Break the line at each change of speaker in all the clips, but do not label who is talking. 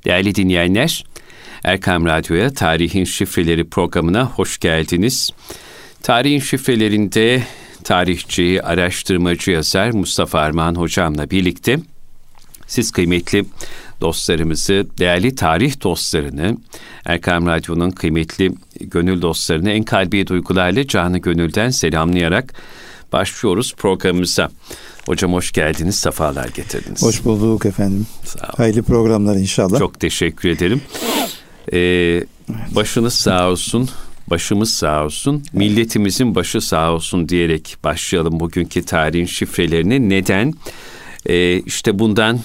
Değerli dinleyenler, Erkam Radyo'ya Tarihin Şifreleri programına hoş geldiniz. Tarihin şifrelerinde tarihçi, araştırmacı yazar Mustafa Armağan hocamla birlikte siz kıymetli dostlarımızı, değerli tarih dostlarını, Erkam Radyo'nun kıymetli gönül dostlarını en kalbi duygularla canı gönülden selamlayarak başlıyoruz programımıza. Hocam hoş geldiniz, sefalar getirdiniz.
Hoş bulduk efendim. Hayırlı programlar inşallah.
Çok teşekkür ederim. Başınız sağ olsun, başımız sağ olsun, milletimizin başı sağ olsun diyerek başlayalım bugünkü tarihin şifrelerine. Neden? İşte bundan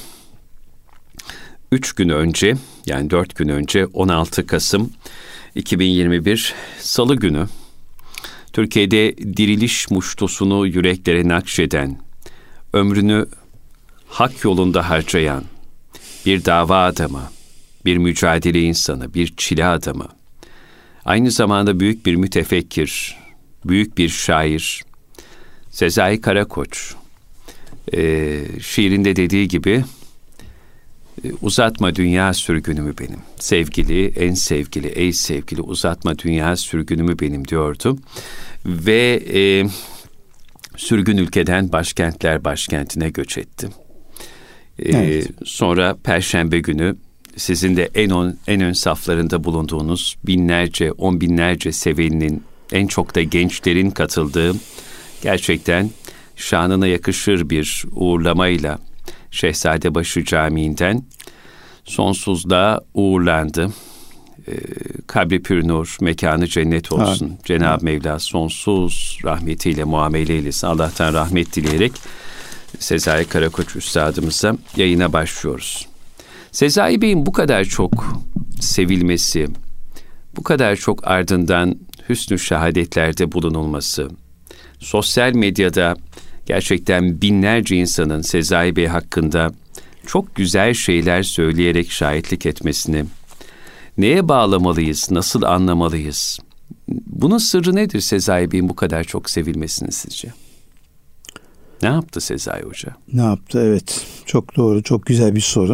3 gün önce, yani 4 gün önce 16 Kasım 2021 Salı günü Türkiye'de diriliş muştusunu yüreklere nakşeden, ömrünü hak yolunda harcayan bir dava adamı, bir mücadele insanı, bir çile adamı, aynı zamanda büyük bir mütefekkir, büyük bir şair, Sezai Karakoç, şiirinde dediği gibi, uzatma dünya sürgünümü benim, sevgili, en sevgili, ey sevgili uzatma dünya sürgünümü benim diyordu. Ve sürgün ülkeden başkentler başkentine göç etti. Evet. Sonra Perşembe günü sizin de en ön saflarında bulunduğunuz binlerce, on binlerce seveninin, en çok da gençlerin katıldığı gerçekten şanına yakışır bir uğurlamayla Şehzadebaşı Camii'nden sonsuzluğa uğurlandı. Kabri pürnur, mekanı cennet olsun. Ha. Cenab-ı Mevla sonsuz rahmetiyle muamele eylesin. Allah'tan rahmet dileyerek Sezai Karakoç Üstadımıza yayına başlıyoruz. Sezai Bey'in bu kadar çok sevilmesi, bu kadar çok ardından hüsnü şehadetlerde bulunulması, sosyal medyada gerçekten binlerce insanın Sezai Bey hakkında çok güzel şeyler söyleyerek şahitlik etmesini neye bağlamalıyız, nasıl anlamalıyız? Bunun sırrı nedir Sezai Bey'in bu kadar çok sevilmesinin sizce? Ne yaptı Sezai Hoca?
Ne yaptı? Evet. Çok doğru, çok güzel bir soru.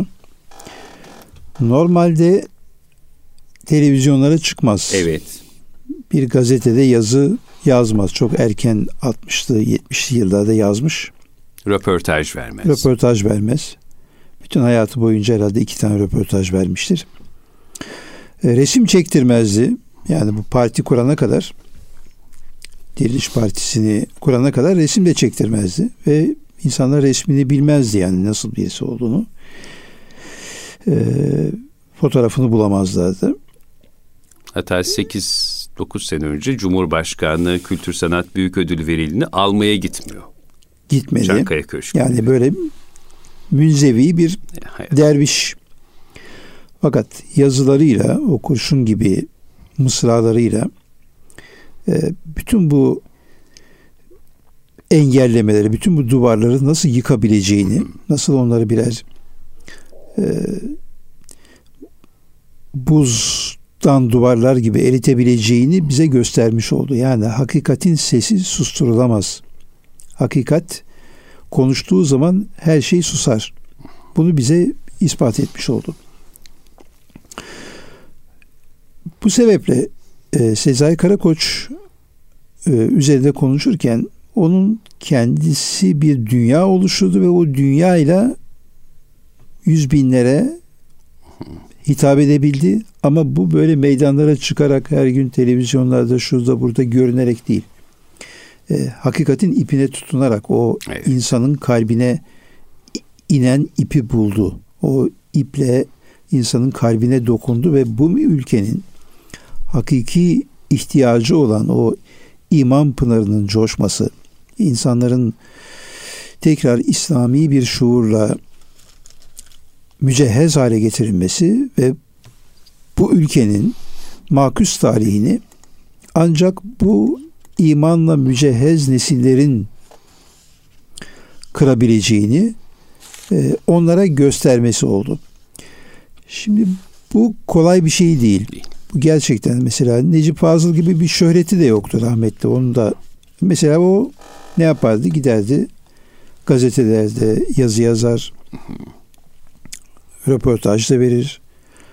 Normalde televizyonlara çıkmaz.
Evet.
Bir gazetede yazı yazmaz. Çok erken 60'lı 70'li yıllarda yazmış.
Röportaj vermez. Bütün hayatı boyunca herhalde 2 tane röportaj vermiştir. Resim çektirmezdi. Yani bu parti kurana kadar, Diriliş Partisi'ni kurana kadar resim de çektirmezdi. Ve insanlar resmini bilmezdi, yani nasıl birisi olduğunu. Fotoğrafını bulamazlardı. Hatta 8-9 sene önce Cumhurbaşkanlığı Kültür Sanat Büyük Ödülü verildiğini almaya gitmiyor.
Gitmedi.
Çankaya Köşkü'nde.
Yani böyle münzevi bir derviş. Fakat yazılarıyla, o kurşun gibi mısralarıyla bütün bu engellemeleri, bütün bu duvarları nasıl yıkabileceğini, nasıl onları birer buzdan duvarlar gibi eritebileceğini bize göstermiş oldu. Yani hakikatin sesi susturulamaz. Hakikat konuştuğu zaman her şey susar. Bunu bize ispat etmiş oldu. Bu sebeple Sezai Karakoç üzerinde konuşurken onun kendisi bir dünya oluşturdu ve o dünyayla 100 binlere hitap edebildi. Ama bu böyle meydanlara çıkarak her gün televizyonlarda şurada burada görünerek değil. Hakikatin ipine tutunarak o insanın kalbine inen ipi buldu. O iple insanın kalbine dokundu ve bu ülkenin hakiki ihtiyacı olan o iman pınarının coşması, insanların tekrar İslami bir şuurla mücehhez hale getirilmesi ve bu ülkenin makûs tarihini ancak bu imanla mücehhez nesillerin kırabileceğini onlara göstermesi oldu. Şimdi bu kolay bir şey değil. Bu gerçekten, mesela Necip Fazıl gibi bir şöhreti de yoktu rahmetli. Onun da mesela o ne yapardı? Giderdi gazetelerde yazı yazar, röportaj da verir.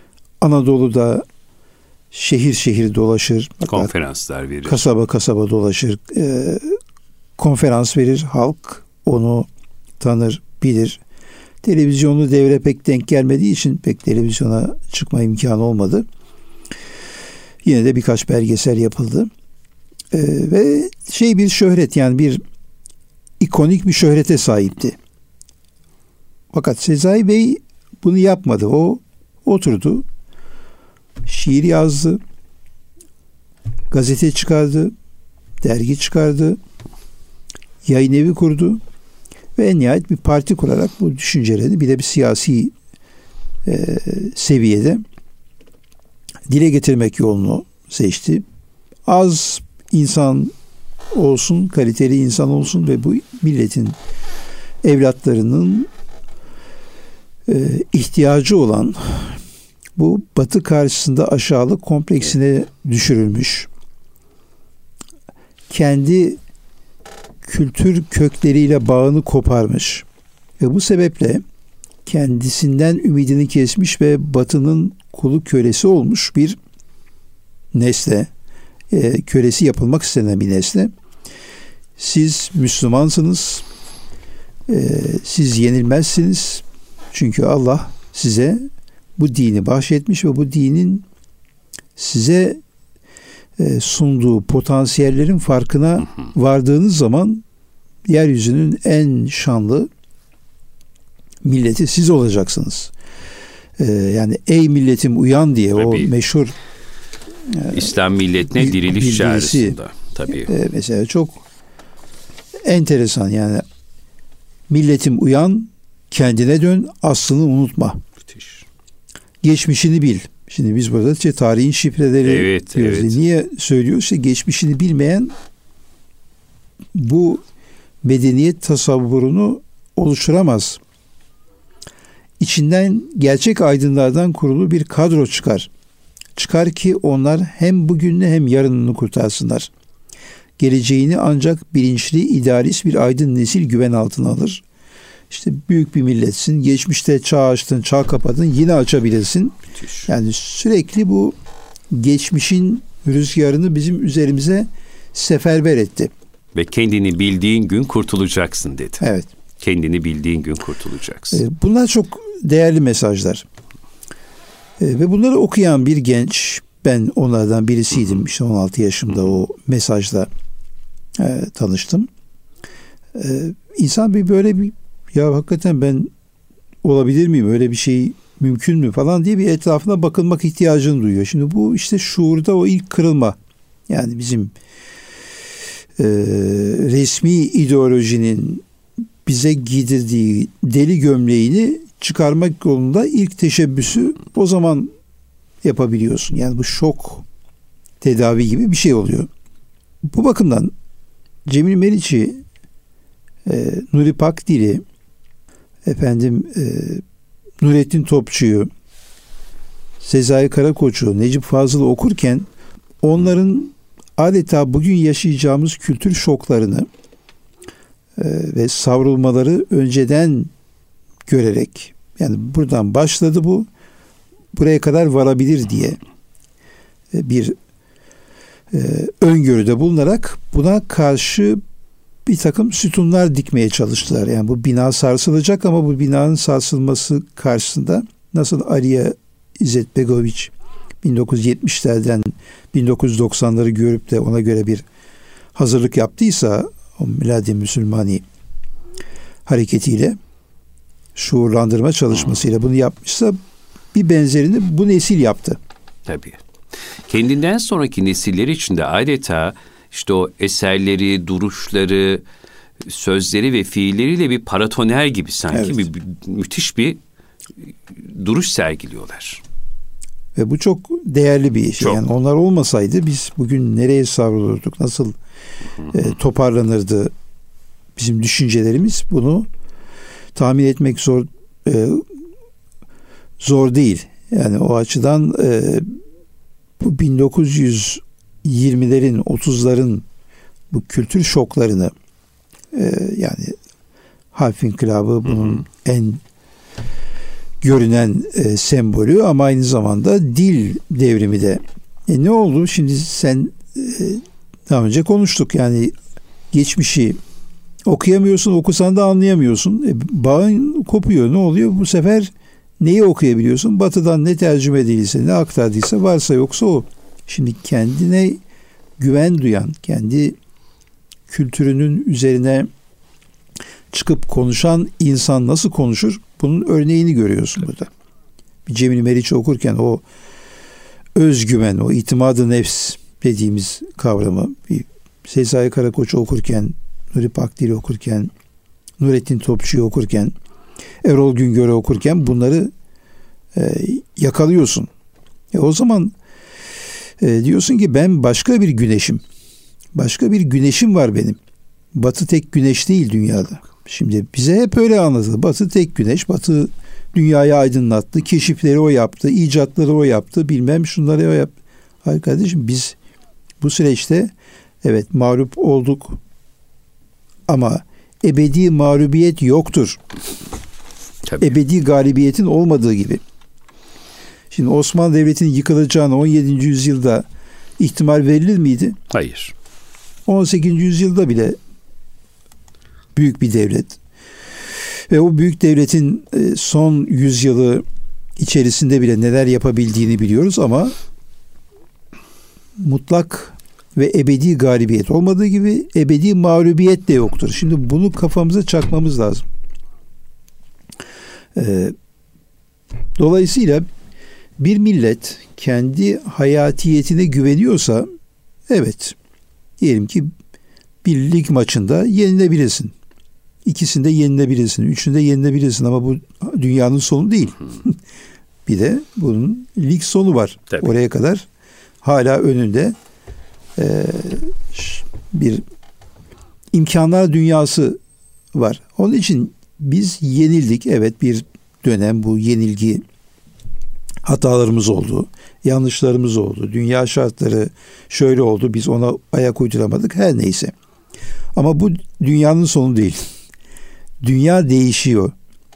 Anadolu'da şehir şehir dolaşır.
Konferanslar verir.
Kasaba kasaba dolaşır. Konferans verir. Halk onu tanır, bilir. Televizyonlu devre pek denk gelmediği için pek televizyona çıkma imkanı olmadı. Yine de birkaç belgesel yapıldı. Ve bir şöhret, yani bir ikonik bir şöhrete sahipti. Fakat Sezai Bey bunu yapmadı. O oturdu, şiir yazdı, gazete çıkardı, dergi çıkardı, yayın evi kurdu ve en nihayet bir parti kurarak bu düşüncelerini bir de bir siyasi seviyede dile getirmek yolunu seçti. Az insan olsun, kaliteli insan olsun ve bu milletin evlatlarının ihtiyacı olan bu Batı karşısında aşağılık kompleksine düşürülmüş, kendi kültür kökleriyle bağını koparmış ve bu sebeple kendisinden ümidini kesmiş ve Batı'nın kulu kölesi olmuş bir nesle, kölesi yapılmak istenen bir nesle. Siz Müslümansınız, siz yenilmezsiniz, çünkü Allah size bu dini bahşetmiş ve bu dinin size sunduğu potansiyellerin farkına vardığınız zaman yeryüzünün en şanlı milleti siz olacaksınız. Yani ey milletim uyan diye tabii, o meşhur
İslam milletine diriliş çağrısında tabii.
Mesela çok enteresan, yani milletim uyan, kendine dön, aslını unutma. Müthiş. Geçmişini bil. Şimdi biz burada tarihin şifreleri diyoruz. Evet. Niye söylüyoruz? Geçmişini bilmeyen bu medeniyet tasavvurunu oluşturamaz. İçinden gerçek aydınlardan kurulu bir kadro çıkar. Çıkar ki onlar hem bugününü hem yarınını kurtarsınlar. Geleceğini ancak bilinçli, idealist bir aydın nesil güven altına alır. İşte büyük bir milletsin. Geçmişte çağ açtın, çağ kapadın, yine açabilirsin. Müthiş. Yani sürekli bu geçmişin rüzgarını bizim üzerimize seferber etti.
Ve kendini bildiğin gün kurtulacaksın dedi.
Evet.
Kendini bildiğin gün kurtulacaksın.
Bunlar çok değerli mesajlar. Ve bunları okuyan bir genç, ben onlardan birisiydim. İşte 16 yaşımda o mesajla tanıştım. İnsan bir böyle bir, ya hakikaten ben olabilir miyim, öyle bir şey mümkün mü falan diye bir etrafına bakılmak ihtiyacını duyuyor. Şimdi bu işte şuurda o ilk kırılma. Yani bizim resmi ideolojinin bize giydirdiği deli gömleğini çıkarmak yolunda ilk teşebbüsü o zaman yapabiliyorsun. Yani bu şok tedavi gibi bir şey oluyor. Bu bakımdan Cemil Meriç'i, Nuri Pakdil'i, Nurettin Topçu'yu, Sezai Karakoç'u, Necip Fazıl'ı okurken onların adeta bugün yaşayacağımız kültür şoklarını ve savrulmaları önceden görerek, yani buradan başladı bu, buraya kadar varabilir diye bir öngörüde bulunarak buna karşı bir takım sütunlar dikmeye çalıştılar. Yani bu bina sarsılacak ama bu binanın sarsılması karşısında nasıl Aliya İzzet Begoviç 1970'lerden 1990'ları görüp de ona göre bir hazırlık yaptıysa, o Miladi Müslümani hareketiyle, şuurlandırma çalışmasıyla bunu yapmışsa, bir benzerini bu nesil yaptı.
Tabii. Kendinden sonraki nesiller için de adeta işte o eserleri, duruşları, sözleri ve fiilleriyle bir paratoner gibi sanki, evet, bir müthiş bir duruş sergiliyorlar.
Ve bu çok değerli bir şey. Çok. Yani onlar olmasaydı biz bugün nereye savrulurduk, nasıl toparlanırdı bizim düşüncelerimiz, bunu tahmin etmek zor değil. Yani o açıdan bu 1920'lerin 30'ların bu kültür şoklarını, yani Harf İnkılabı bunun en görünen sembolü ama aynı zamanda dil devrimi de. Ne oldu? Şimdi sen daha önce konuştuk. Yani geçmişi okuyamıyorsun, okusan da anlayamıyorsun. Bağın kopuyor. Ne oluyor? Bu sefer neyi okuyabiliyorsun? Batı'dan ne tercüme edildiyse, ne aktardıysa, varsa yoksa o. Şimdi kendine güven duyan, kendi kültürünün üzerine çıkıp konuşan insan nasıl konuşur? Bunun örneğini görüyorsun burada. Bir Cemil Meriç'i okurken o özgüven, o itimadı nefs dediğimiz kavramı, bir Sezai Karakoç'u okurken, Nuri Pakdil'i okurken, Nurettin Topçu'yu okurken, Erol Güngör'ü okurken bunları yakalıyorsun. O zaman diyorsun ki ben başka bir güneşim. Başka bir güneşim var benim. Batı tek güneş değil dünyada. Şimdi bize hep öyle anlatıldı. Batı tek güneş. Batı dünyayı aydınlattı. Keşifleri o yaptı. İcatları o yaptı. Bilmem şunları o yaptı. Hayır kardeşim, biz bu süreçte evet mağlup olduk ama ebedi mağlubiyet yoktur.
Tabii.
Ebedi galibiyetin olmadığı gibi. Şimdi Osmanlı Devleti'nin yıkılacağını 17. yüzyılda ihtimal verilir miydi?
Hayır.
18. yüzyılda bile büyük bir devlet ve o büyük devletin son yüzyılı içerisinde bile neler yapabildiğini biliyoruz ama mutlak ve ebedi galibiyet olmadığı gibi ebedi mağlubiyet de yoktur. Şimdi bunu kafamıza çakmamız lazım. Dolayısıyla bir millet kendi hayatiyetine güveniyorsa evet, diyelim ki bir lig maçında yenilebilirsin. İkisinde yenilebilirsin. Üçünde yenilebilirsin ama bu dünyanın sonu değil. Bir de bunun lig sonu var.
Tabii.
Oraya kadar hala önünde bir imkanlar dünyası var. Onun için biz yenildik. Evet, bir dönem bu yenilgi, hatalarımız oldu. Yanlışlarımız oldu. Dünya şartları şöyle oldu. Biz ona ayak uyduramadık. Her neyse. Ama bu dünyanın sonu değil. Dünya değişiyor.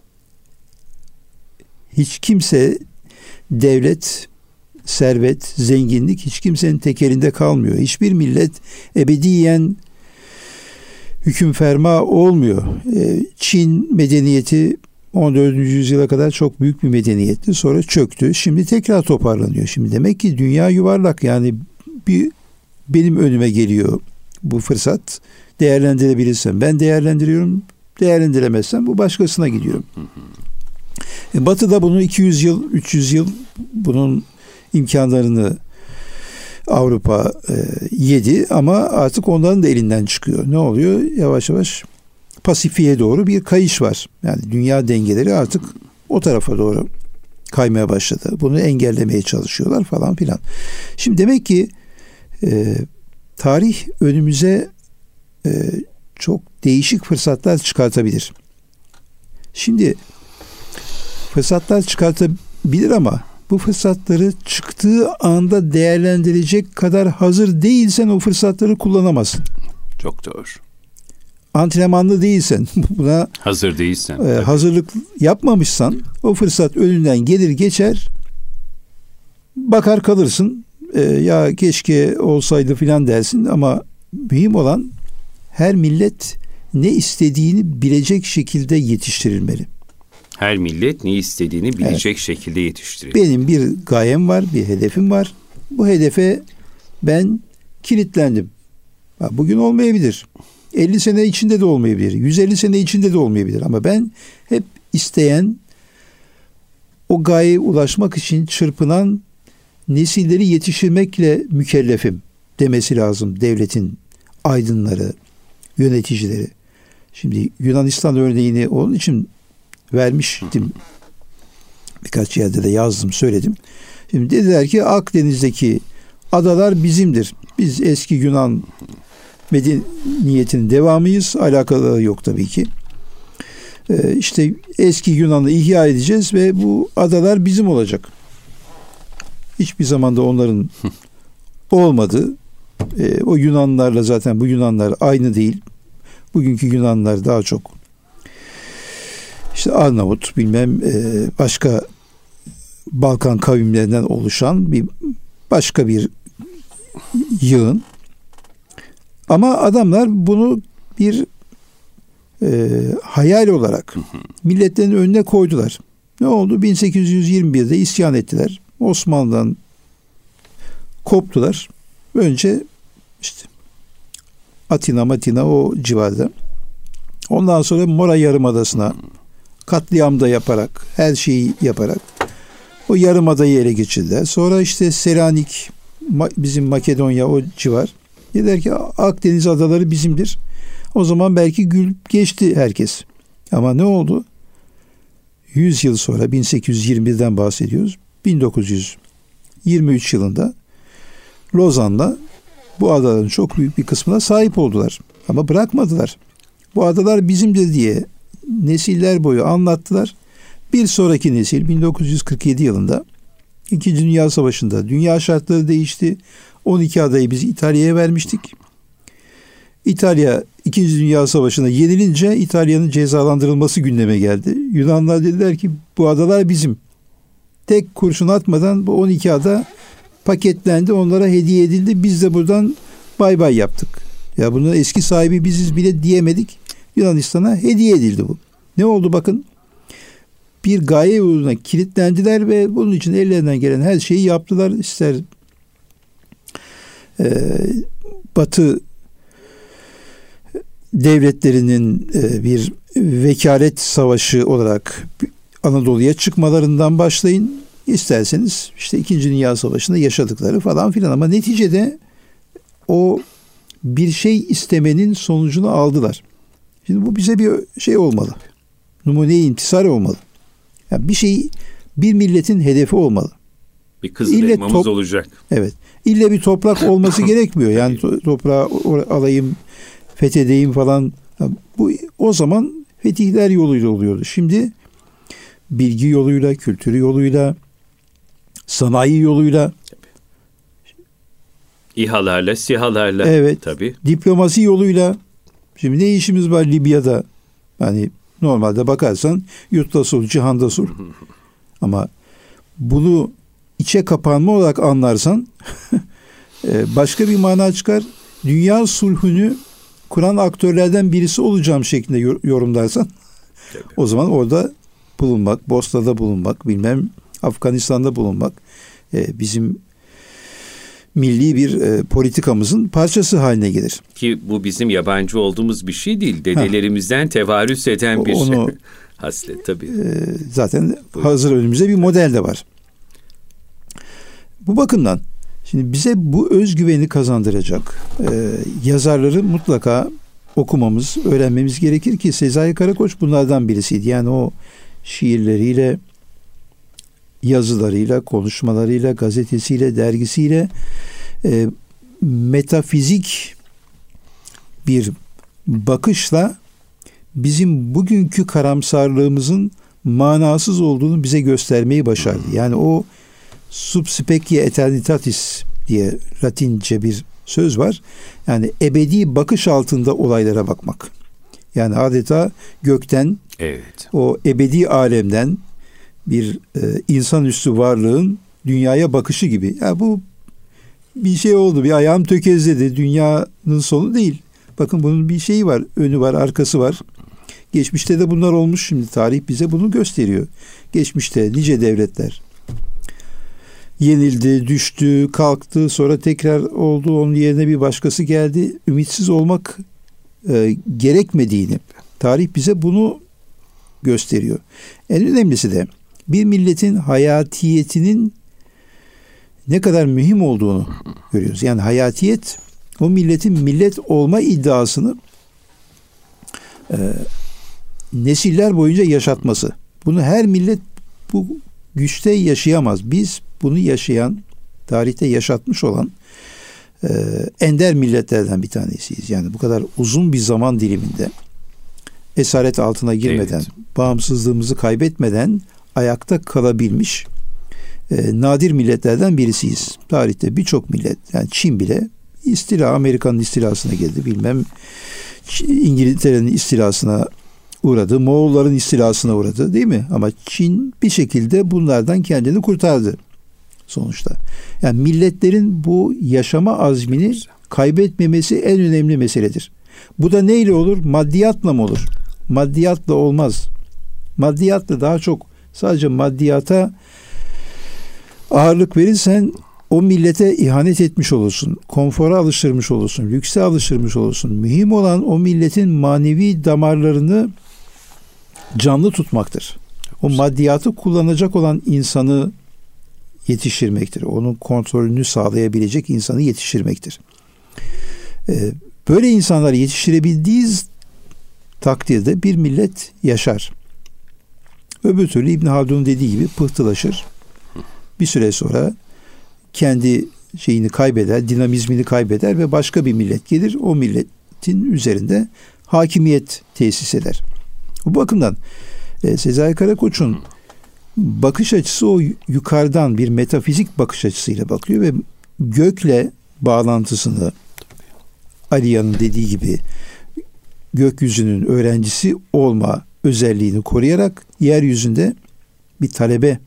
Hiç kimse, devlet, servet, zenginlik hiç kimsenin tek elinde kalmıyor. Hiçbir millet ebediyen hüküm ferma olmuyor. Çin medeniyeti 14. yüzyıla kadar çok büyük bir medeniyetti. Sonra çöktü. Şimdi tekrar toparlanıyor. Şimdi demek ki dünya yuvarlak. Yani benim önüme geliyor bu fırsat. Değerlendirebilirsem ben değerlendiriyorum. Değerlendiremezsem bu başkasına gidiyor. Batı'da bunu 200 yıl, 300 yıl bunun imkanlarını Avrupa yedi ama artık onların da elinden çıkıyor. Ne oluyor? Yavaş yavaş Pasifik'e doğru bir kayış var. Yani dünya dengeleri artık o tarafa doğru kaymaya başladı. Bunu engellemeye çalışıyorlar falan filan. Şimdi demek ki tarih önümüze çok değişik fırsatlar çıkartabilir. Şimdi fırsatlar çıkartabilir ama bu fırsatları çıktığı anda değerlendirecek kadar hazır değilsen o fırsatları kullanamazsın.
Çok doğru.
Antrenmanlı değilsen, buna
hazır değilsen,
hazırlık yapmamışsan o fırsat önünden gelir geçer, bakar kalırsın, ya keşke olsaydı filan dersin ama mühim olan her millet ne istediğini bilecek şekilde yetiştirilmeli.
Her millet ne istediğini bilecek şekilde yetiştirilir.
Benim bir gayem var, bir hedefim var. Bu hedefe ben kilitlendim. Bugün olmayabilir. 50 sene içinde de olmayabilir. 150 sene içinde de olmayabilir. Ama ben hep isteyen, o gayeye ulaşmak için çırpınan nesilleri yetiştirmekle mükellefim demesi lazım devletin aydınları, yöneticileri. Şimdi Yunanistan örneğini onun için vermiştim. Birkaç yerde de yazdım, söyledim. Şimdi dediler ki Akdeniz'deki adalar bizimdir. Biz eski Yunan medeniyetinin devamıyız. Alakaları yok tabii ki. İşte eski Yunan'ı ihya edeceğiz ve bu adalar bizim olacak. Hiçbir zaman da onların olmadı. O Yunanlarla zaten bu Yunanlar aynı değil. Bugünkü Yunanlar daha çok işte Arnavut, bilmem başka Balkan kavimlerinden oluşan başka bir yığın. Ama adamlar bunu bir hayal olarak milletlerin önüne koydular. Ne oldu? 1821'de isyan ettiler. Osmanlı'dan koptular. Önce işte Atina o civarda. Ondan sonra Mora Yarımadası'na katliamda yaparak, her şeyi yaparak o yarımadayı ele geçirdiler. Sonra işte Selanik, bizim Makedonya o civar. Dediler ki Akdeniz adaları bizimdir. O zaman belki gülüp geçti herkes. Ama ne oldu? 100 yıl sonra 1821'den bahsediyoruz. 1923 yılında Lozan'da bu adaların çok büyük bir kısmına sahip oldular. Ama bırakmadılar. Bu adalar bizimdir diye nesiller boyu anlattılar. Bir sonraki nesil 1947 yılında 2. Dünya Savaşı'nda dünya şartları değişti. 12 adayı biz İtalya'ya vermiştik. İtalya 2. Dünya Savaşı'na yenilince İtalya'nın cezalandırılması gündeme geldi. Yunanlar dediler ki bu adalar bizim. Tek kurşun atmadan bu 12 ada paketlendi, onlara hediye edildi. Biz de buradan bay bay yaptık. Ya bunun eski sahibi biziz bile diyemedik. Yunanistan'a hediye edildi bu. Ne oldu bakın? Bir gaye uğruna kilitlendiler ve bunun için ellerinden gelen her şeyi yaptılar. İster Batı devletlerinin bir vekalet savaşı olarak Anadolu'ya çıkmalarından başlayın. İsterseniz işte 2. Dünya Savaşı'nda yaşadıkları falan filan, ama neticede o bir şey istemenin sonucunu aldılar. Şimdi bu bize bir şey olmalı. Numune-i imtisal olmalı. Yani bir şey, bir milletin hedefi olmalı.
Bir kızıl elmamız olacak.
Evet. İlle bir toprak olması gerekmiyor. Yani toprağı alayım, fethedeyim falan. Bu o zaman fetihler yoluyla oluyordu. Şimdi bilgi yoluyla, kültürü yoluyla, sanayi yoluyla,
İHA'larla, SİHA'larla.
Evet.
Tabii.
Diplomasi yoluyla. Şimdi ne işimiz var Libya'da? Yani normalde bakarsan yurtta sulh, cihanda sulh. Ama bunu içe kapanma olarak anlarsan başka bir mana çıkar. Dünya sulhünü kuran aktörlerden birisi olacağım şeklinde yorumlarsan o zaman orada bulunmak, Bosna'da bulunmak, bilmem Afganistan'da bulunmak bizim milli bir politikamızın parçası haline gelir.
Ki bu bizim yabancı olduğumuz bir şey değil. Dedelerimizden tevarüs eden bir şey. Haslet tabii.
Zaten hazır önümüzde bir model de var. Bu bakımdan şimdi bize bu özgüveni kazandıracak yazarları mutlaka okumamız, öğrenmemiz gerekir ki Sezai Karakoç bunlardan birisiydi. Yani o şiirleriyle, yazılarıyla, konuşmalarıyla, gazetesiyle, dergisiyle metafizik bir bakışla bizim bugünkü karamsarlığımızın manasız olduğunu bize göstermeyi başardı. Yani o subspecie eternitatis diye Latince bir söz var. Yani ebedi bakış altında olaylara bakmak. Yani adeta gökten, evet, o ebedi alemden bir insanüstü varlığın dünyaya bakışı gibi. Ya bu bir şey oldu, bir ayağım tökezledi. Dünyanın sonu değil. Bakın bunun bir şeyi var, önü var, arkası var. Geçmişte de bunlar olmuş, şimdi tarih bize bunu gösteriyor. Geçmişte nice devletler yenildi, düştü, kalktı, sonra tekrar oldu, onun yerine bir başkası geldi. Ümitsiz olmak gerekmediğini, tarih bize bunu gösteriyor. En önemlisi de bir milletin hayatiyetinin ne kadar mühim olduğunu görüyoruz. Yani hayatiyet, o milletin millet olma iddiasını nesiller boyunca yaşatması. Bunu her millet bu güçte yaşayamaz. Biz bunu yaşayan, tarihte yaşatmış olan ender milletlerden bir tanesiyiz. Yani bu kadar uzun bir zaman diliminde esaret altına girmeden, evet, bağımsızlığımızı kaybetmeden ayakta kalabilmiş nadir milletlerden birisiyiz. Tarihte birçok millet, yani Çin bile Amerika'nın istilasına girdi. Bilmem İngiltere'nin istilasına uğradı. Moğolların istilasına uğradı, değil mi? Ama Çin bir şekilde bunlardan kendini kurtardı sonuçta. Yani milletlerin bu yaşama azmini kaybetmemesi en önemli meseledir. Bu da neyle olur? Maddiyatla mı olur? Maddiyatla olmaz. Maddiyatla daha çok sadece maddiyata ağırlık verirsen o millete ihanet etmiş olursun. Konfora alıştırmış olursun. Lükse alıştırmış olursun. Mühim olan o milletin manevi damarlarını canlı tutmaktır. O maddiyatı kullanacak olan insanı yetiştirmektir. Onun kontrolünü sağlayabilecek insanı yetiştirmektir. Böyle insanları yetiştirebildiği takdirde bir millet yaşar. Öbür türlü İbn Haldun'un dediği gibi pıhtılaşır. Bir süre sonra kendi şeyini kaybeder, dinamizmini kaybeder ve başka bir millet gelir. O milletin üzerinde hakimiyet tesis eder. Bu bakımdan Sezai Karakoç'un bakış açısı o yukarıdan bir metafizik bakış açısıyla bakıyor ve gökle bağlantısını Aliya'nın dediği gibi gökyüzünün öğrencisi olma özelliğini koruyarak yeryüzünde bir talebe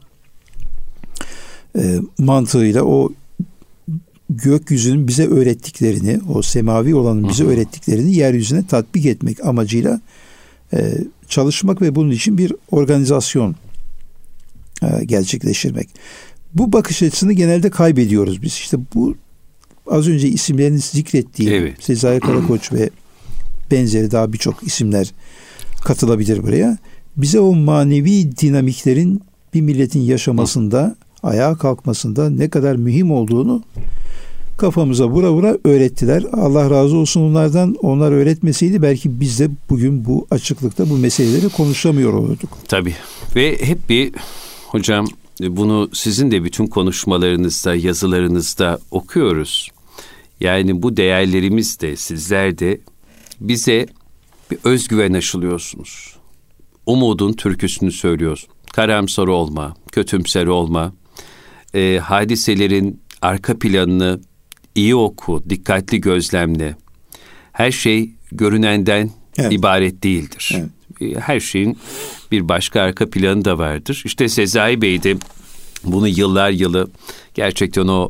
mantığıyla o gökyüzünün bize öğrettiklerini, o semavi olanın bize öğrettiklerini yeryüzüne tatbik etmek amacıyla çalışmak ve bunun için bir organizasyon gerçekleştirmek. Bu bakış açısını genelde kaybediyoruz biz. İşte bu az önce isimlerini zikrettiğim Sezai Karakoç ve benzeri daha birçok isimler katılabilir buraya. Bize o manevi dinamiklerin bir milletin yaşamasında, ayağa kalkmasında ne kadar mühim olduğunu kafamıza vura vura öğrettiler. Allah razı olsun onlardan. Onlar öğretmeseydi belki biz de bugün bu açıklıkta bu meseleleri konuşamıyor olurduk.
Tabii. Ve hep bir hocam bunu sizin de bütün konuşmalarınızda, yazılarınızda okuyoruz. Yani bu değerlerimiz de sizler de bize bir özgüven aşılıyorsunuz. Umudun türküsünü söylüyoruz. Karamsar olma, kötümser olma. Hadiselerin arka planını iyi oku, dikkatli gözlemle. Her şey görünenden ibaret değildir. Evet. Her şeyin bir başka arka planı da vardır. İşte Sezai Bey de bunu yıllar yılı gerçekten o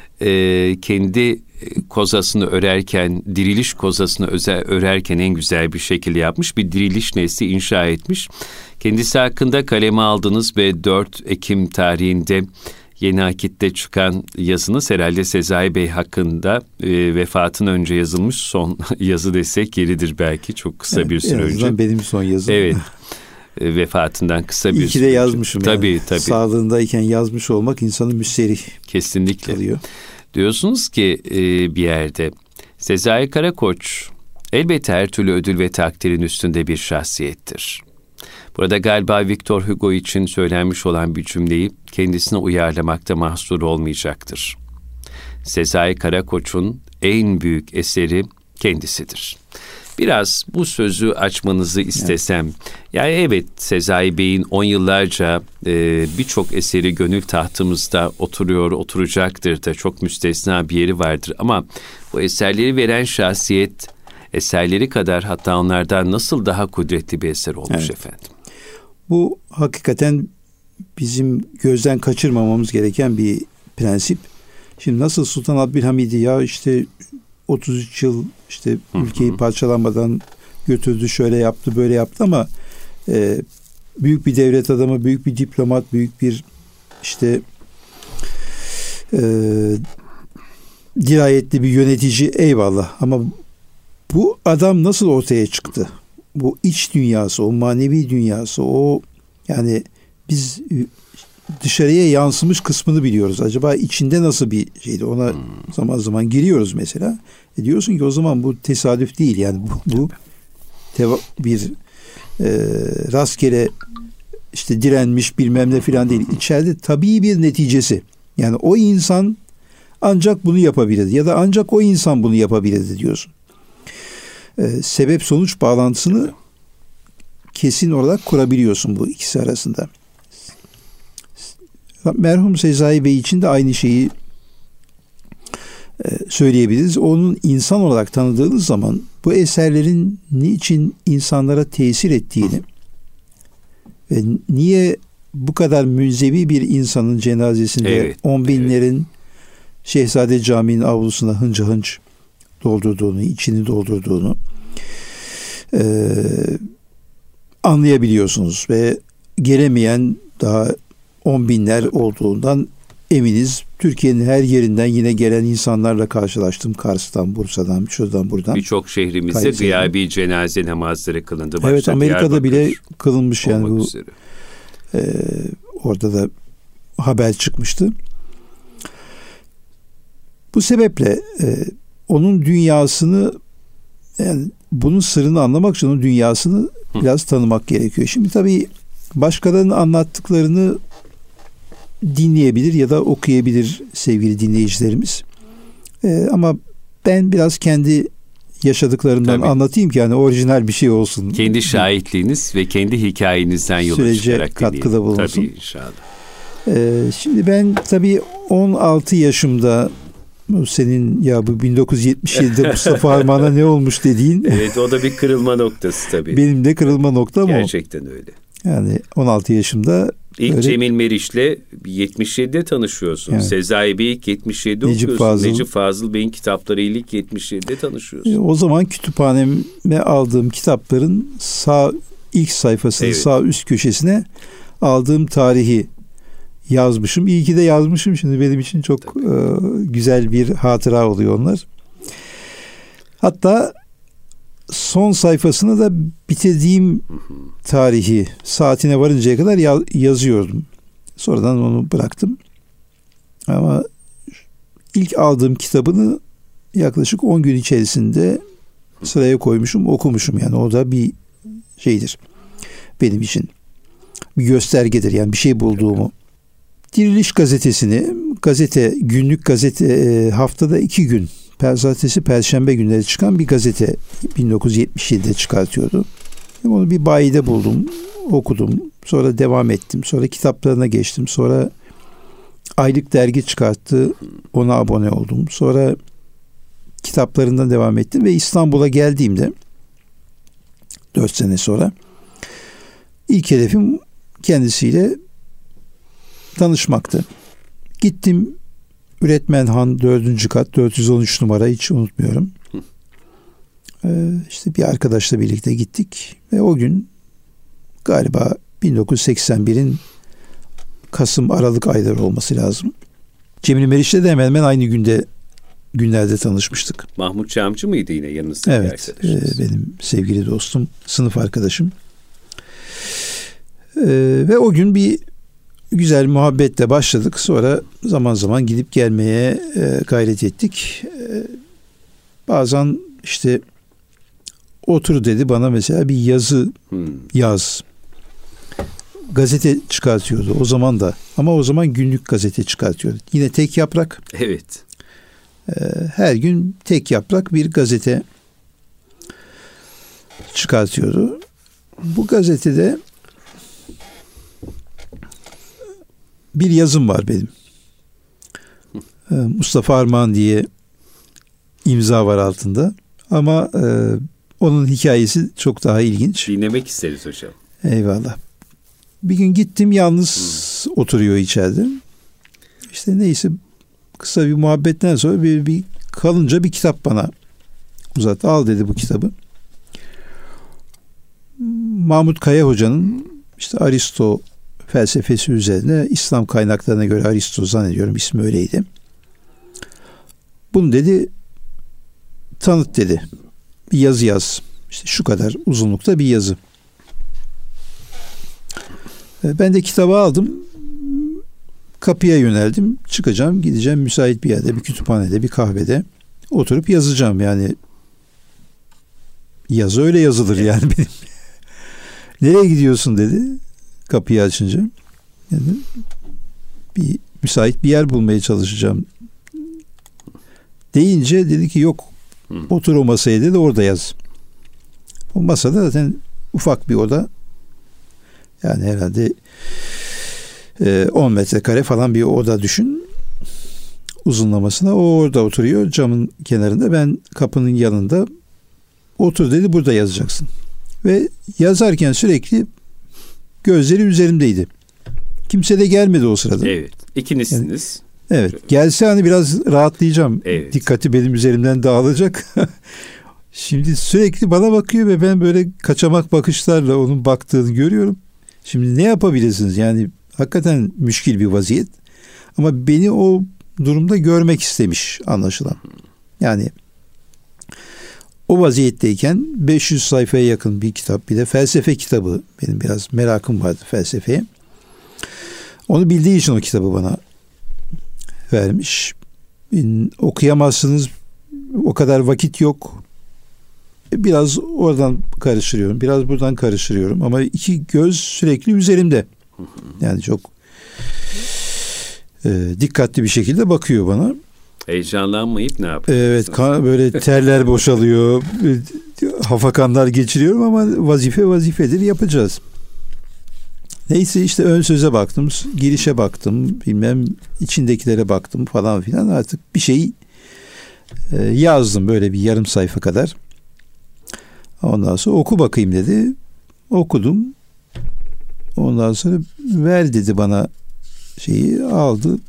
kendi kozasını örerken, diriliş kozasını örerken en güzel bir şekilde yapmış. Bir diriliş nesli inşa etmiş. Kendisi hakkında kaleme aldınız ve 4 Ekim tarihinde Yeni Akit'te çıkan yazınız herhalde Sezai Bey hakkında vefatın önce yazılmış son yazı desek yeridir belki çok kısa bir süre önce.
Benim son yazım.
Evet. Vefatından kısa bir süre
önce. Yazmışım.
Tabii,
yani.
Tabii.
Sağlığındayken yazmış olmak insanı müsterih.
Kesinlikle.
Kalıyor.
Diyorsunuz ki bir yerde Sezai Karakoç elbette her türlü ödül ve takdirin üstünde bir şahsiyettir. Burada galiba Victor Hugo için söylenmiş olan bir cümleyi kendisine uyarlamakta mahsur olmayacaktır. Sezai Karakoç'un en büyük eseri kendisidir. Biraz bu sözü açmanızı istesem. Yani evet Sezai Bey'in 10 yıllarca birçok eseri gönül tahtımızda oturacaktır da çok müstesna bir yeri vardır. Ama bu eserleri veren şahsiyet eserleri kadar hatta onlardan nasıl daha kudretli bir eser olmuş efendim.
Bu hakikaten bizim gözden kaçırmamamız gereken bir prensip. Şimdi nasıl Sultan Abdülhamid'i ya işte 33 yıl işte ülkeyi parçalanmadan götürdü, şöyle yaptı, böyle yaptı ama büyük bir devlet adamı, büyük bir diplomat, büyük bir işte dirayetli bir yönetici eyvallah ama bu adam nasıl ortaya çıktı? Bu iç dünyası, o manevi dünyası, o yani biz dışarıya yansımış kısmını biliyoruz. Acaba içinde nasıl bir şeydi? Ona zaman zaman giriyoruz mesela. Diyorsun ki o zaman bu tesadüf değil. Yani bu bir rastgele işte direnmiş bilmem ne filan değil. İçeride tabii bir neticesi. Yani o insan ancak bunu yapabilirdi ya da ancak o insan bunu yapabilirdi diyorsun. Sebep sonuç bağlantısını kesin olarak kurabiliyorsun bu ikisi arasında. Merhum Sezai Bey için de aynı şeyi söyleyebiliriz. Onun insan olarak tanıdığınız zaman bu eserlerin niçin insanlara tesir ettiğini ve niye bu kadar münzevi bir insanın cenazesinde on binlerin Şehzade Camii'nin avlusuna hınca hınç doldurduğunu, içini doldurduğunu anlayabiliyorsunuz ve gelemeyen daha 10 binler olduğundan eminiz. Türkiye'nin her yerinden yine gelen insanlarla karşılaştım. Kars'tan, Bursa'dan, şuradan buradan.
Birçok şehrimizde gıyabi cenaze namazları kılındı. Başta
evet, Amerika'da bile kılınmış yani bu. Orada da haber çıkmıştı. Bu sebeple onun dünyasını, yani bunun sırrını anlamak için onun dünyasını biraz tanımak gerekiyor. Şimdi tabii başkalarının anlattıklarını dinleyebilir ya da okuyabilir sevgili dinleyicilerimiz. Ama ben biraz kendi yaşadıklarımdan anlatayım ki yani orijinal bir şey olsun.
Kendi şahitliğiniz ve kendi hikayenizden yola çıkarak
katkıda bulunsun.
Tabii inşallah.
Şimdi ben tabii 16 yaşımda senin ya bu 1977'de Mustafa Armağan'a ne olmuş dediğin.
Evet, o da bir kırılma noktası tabii.
Benim de kırılma noktam
Gerçekten öyle.
Yani 16 yaşımda
İlk Cemil Meriç'le 77'de tanışıyorsun. Evet. Sezai Bey ilk 77'de okuyorsun. Necip Fazıl Bey'in kitapları ilk 77'de tanışıyorsun.
O zaman kütüphaneme aldığım kitapların ilk sayfasının sağ üst köşesine aldığım tarihi yazmışım. İyi ki de yazmışım. Şimdi benim için çok güzel bir hatıra oluyor onlar. Hatta son sayfasına da bitirdiğim tarihi saatine varıncaya kadar yazıyordum. Sonradan onu bıraktım. Ama ilk aldığım kitabını yaklaşık 10 gün içerisinde sıraya koymuşum, okumuşum. Yani o da bir şeydir benim için. Bir göstergedir yani bir şey bulduğumu. Diriliş gazetesini, günlük gazete haftada 2 gün, pazartesi, perşembe günleri çıkan bir gazete 1977'de çıkartıyordu. Onu bir bayide buldum, okudum. Sonra devam ettim. Sonra kitaplarına geçtim. Sonra aylık dergi çıkarttı. Ona abone oldum. Sonra kitaplarından devam ettim ve İstanbul'a geldiğimde 4 sene sonra ilk hedefim kendisiyle tanışmaktı. Gittim Üretmen Han 4. kat 413 numara, hiç unutmuyorum. İşte bir arkadaşla birlikte gittik ve o gün galiba 1981'in Kasım Aralık ayları olması lazım. Cemil Meriç'le de hemen hemen aynı günlerde tanışmıştık.
Mahmut Çamcı mıydı yine yanınızda?
Evet, benim sevgili dostum, sınıf arkadaşım. Ve o gün bir güzel muhabbetle başladık. Sonra zaman zaman gidip gelmeye gayret ettik. Bazen işte otur dedi bana, mesela bir yazı yaz. Gazete çıkartıyordu o zaman da. Ama o zaman günlük gazete çıkartıyordu. Yine tek yaprak.
Evet.
Her gün tek yaprak bir gazete çıkartıyordu. Bu gazetede bir yazım var benim. Mustafa Armağan diye imza var altında. Ama onun hikayesi çok daha ilginç.
Dinlemek isteriz hocam.
Eyvallah. Bir gün gittim, yalnız oturuyor içeride. İşte neyse, kısa bir muhabbetten sonra bir kalınca bir kitap bana uzattı. Al dedi bu kitabı. Mahmut Kaya Hoca'nın işte Aristo felsefesi üzerine, İslam kaynaklarına göre Aristo zannediyorum ismi öyleydi. Bunu dedi tanıt dedi. Bir yazı yaz. İşte şu kadar uzunlukta bir yazı. Ben de kitabı aldım. Kapıya yöneldim. Çıkacağım, gideceğim müsait bir yerde, bir kütüphanede, bir kahvede oturup yazacağım. Yani yazı öyle yazılır yani benim. Nereye gidiyorsun dedi kapıyı açınca. Yani bir müsait bir yer bulmaya çalışacağım deyince dedi ki yok, otur o masaya dedi, orada yaz. O masada zaten ufak bir oda, yani herhalde 10 metrekare falan bir oda düşün uzunlamasına. O orada oturuyor camın kenarında, ben kapının yanında otur dedi, burada yazacaksın. Ve yazarken sürekli gözleri üzerimdeydi. Kimse de gelmedi o sırada.
Evet. İkinizsiniz.
Yani, evet. Gelse hani biraz rahatlayacağım.
Evet.
Dikkati benim üzerimden dağılacak. Şimdi sürekli bana bakıyor ve ben böyle kaçamak bakışlarla onun baktığını görüyorum. Şimdi ne yapabilirsiniz? Yani hakikaten müşkil bir vaziyet. Ama beni o durumda görmek istemiş anlaşılan. Yani o vaziyetteyken 500 sayfaya yakın bir kitap, bir de felsefe kitabı. Benim biraz merakım vardı felsefeye. Onu bildiği için o kitabı bana vermiş. Okuyamazsınız, o kadar vakit yok. Biraz oradan karıştırıyorum, biraz buradan karıştırıyorum ama iki göz sürekli üzerimde. Yani çok dikkatli bir şekilde bakıyor bana.
Heyecanlanmayıp ne yapıyorsun?
Evet, böyle terler boşalıyor, hafakanlar geçiriyorum ama vazife vazifedir, yapacağız. Neyse işte ön söze baktım, girişe baktım, bilmem içindekilere baktım falan filan, artık bir şey yazdım böyle bir yarım sayfa kadar. Ondan sonra oku bakayım dedi. Okudum. Ondan sonra ver dedi bana şeyi, aldı.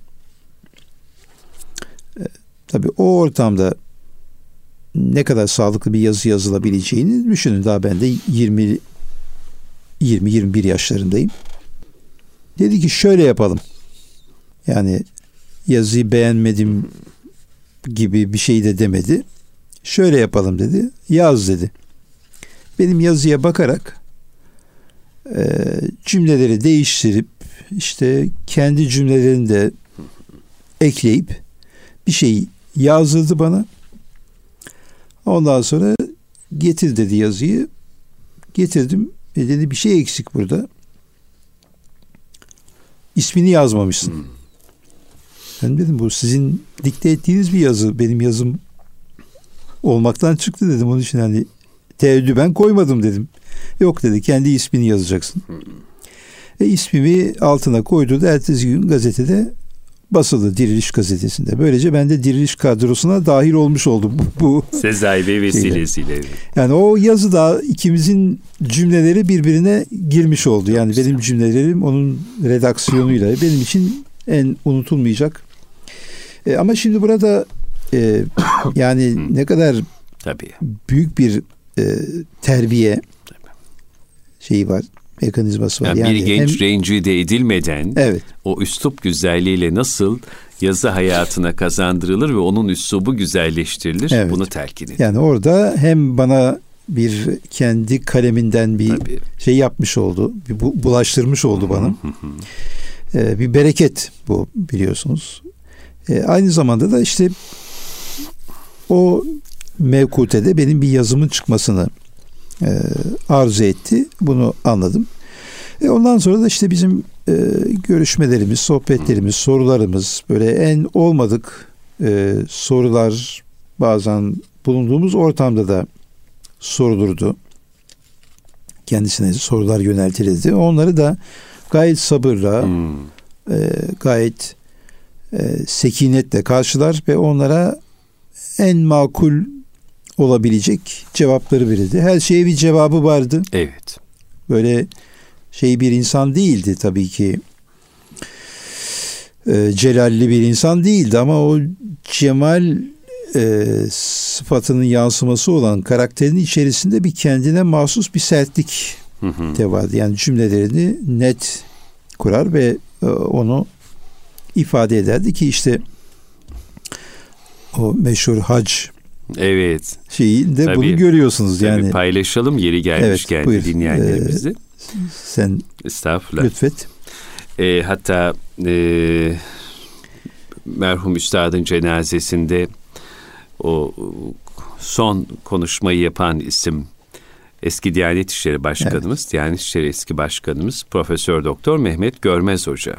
Tabii o ortamda ne kadar sağlıklı bir yazı yazılabileceğini düşünün. Daha ben de 20-21 yaşlarındayım. Dedi ki şöyle yapalım. Yani yazıyı beğenmedim gibi bir şey de demedi. Şöyle yapalım dedi. Yaz dedi. Benim yazıya bakarak cümleleri değiştirip işte kendi cümlelerini de ekleyip bir şey yazdırdı bana. Ondan sonra getir dedi yazıyı. Getirdim. Dedi bir şey eksik burada. İsmini yazmamışsın. Ben dedim bu sizin dikte ettiğiniz bir yazı. Benim yazım olmaktan çıktı dedim. Onun için hani teeddüben koymadım dedim. Yok dedi, kendi ismini yazacaksın. İsmimi altına koydu da ertesi gün gazetede basıldı, Diriliş gazetesinde. Böylece ben de Diriliş kadrosuna dahil olmuş oldum. Bu
Sezai Bey vesilesiyle.
Yani o yazıda ikimizin cümleleri birbirine girmiş oldu. Yani benim cümlelerim onun redaksiyonuyla benim için en unutulmayacak. Ama şimdi burada yani ne kadar
tabii
büyük bir terbiye şeyi var, mekanizması var.
Yani bir genç rencide edilmeden
evet,
o üslup güzelliğiyle nasıl yazı hayatına kazandırılır ve onun üslubu güzelleştirilir,
evet,
bunu telkin edin.
Yani orada hem bana bir kendi kaleminden bir tabii şey yapmış oldu, bir bulaştırmış oldu bana. Bir bereket bu, biliyorsunuz. Aynı zamanda da işte o mevkutede benim bir yazımın çıkmasını arzu etti. Bunu anladım. Ondan sonra da işte bizim görüşmelerimiz, sohbetlerimiz, sorularımız, böyle en olmadık sorular bazen bulunduğumuz ortamda da sorulurdu. Kendisine sorular yöneltilirdi. Onları da gayet sabırla, gayet sekinetle karşılar ve onlara en makul olabilecek cevapları verirdi. Her şeye bir cevabı vardı.
Evet.
Böyle bir insan değildi tabii ki. Celalli bir insan değildi ama o cemal sıfatının yansıması olan karakterin içerisinde bir kendine mahsus bir sertlik de vardı. Yani cümlelerini net kurar ve onu ifade ederdi ki işte o meşhur hac
evet
şeyinde tabii, bunu görüyorsunuz.
Tabii
yani
paylaşalım yeri gelmişken evet, dinleyenlerimizi.
Sen
estağfurullah
lütfet.
Hatta merhum üstadın cenazesinde o son konuşmayı yapan isim eski Diyanet İşleri Başkanımız, evet, Diyanet İşleri eski Başkanımız Profesör Doktor Mehmet Görmez Hoca.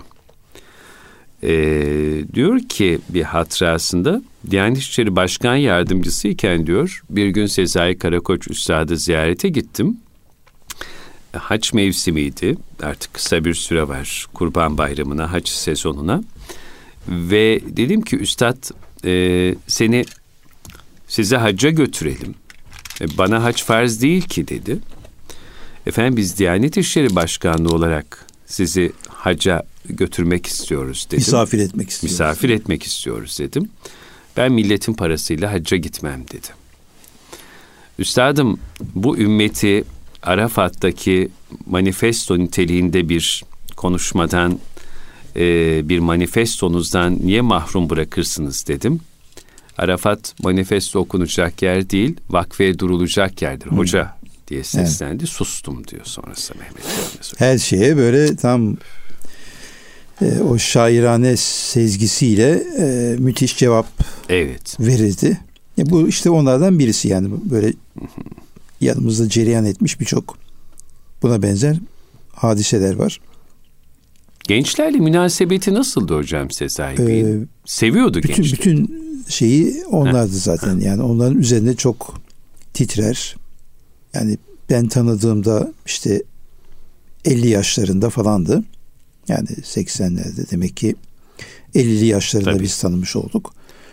Diyor ki bir hatırasında, Diyanet İşleri Başkan Yardımcısı iken diyor, bir gün Sezai Karakoç Üstad'ı ziyarete gittim. Hac mevsimiydi. Artık kısa bir süre var Kurban Bayramı'na, hac sezonuna. Ve dedim ki Üstad, size hacca götürelim. Bana hac farz değil ki dedi. Efendim biz Diyanet İşleri Başkanlığı olarak sizi hacca götürmek istiyoruz dedim.
Misafir etmek istiyoruz.
Misafir etmek istiyoruz dedim. Ben milletin parasıyla hacca gitmem dedi. Üstadım bu ümmeti Arafat'taki manifesto niteliğinde bir konuşmadan, bir manifestonuzdan niye mahrum bırakırsınız dedim. Arafat manifesto okunacak yer değil, vakfeye durulacak yerdir. Hoca diye seslendi. Evet. Sustum diyor sonrası Mehmet.
Her şeye böyle tam o şairane sezgisiyle müthiş cevap verirdi. Bu işte onlardan birisi yani böyle yanımızda cereyan etmiş birçok buna benzer hadiseler var.
Gençlerle münasebeti nasıldı hocam Sezai Bey'in? Seviyordu gençleri.
Bütün şeyi onlardı zaten. Yani onların üzerinde çok titrer. Yani ben tanıdığımda işte 50 yaşlarında falandı. Yani 80'lerde demek ki 50'li yaşlarında tabii. Biz tanımış olduk.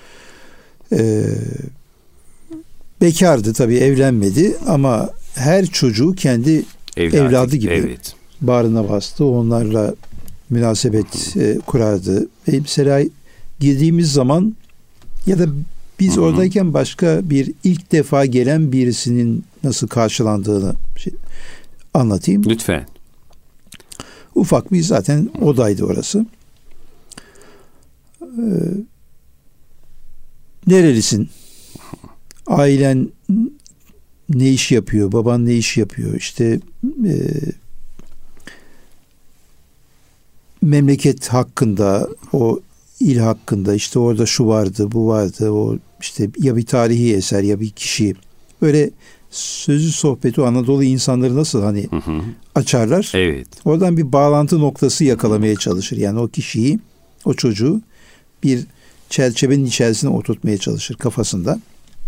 Bekardı tabii, evlenmedi ama her çocuğu kendi evladı gibi bağrına bastı. Onlarla münasebet kurardı. Ve mesela girdiğimiz zaman ya da biz oradayken başka bir ilk defa gelen birisinin nasıl karşılandığını anlatayım.
Lütfen.
Ufak bir zaten odaydı orası. Nerelisin? Ailen ne iş yapıyor? Baban ne iş yapıyor? İşte memleket hakkında, o il hakkında, işte orada şu vardı, bu vardı, o işte ya bir tarihi eser ya bir kişi. Böyle sözlü sohbeti o Anadolu insanları nasıl hani açarlar.
Evet.
Oradan bir bağlantı noktası yakalamaya çalışır. Yani o kişiyi, o çocuğu bir çerçevenin içerisine oturtmaya çalışır kafasında.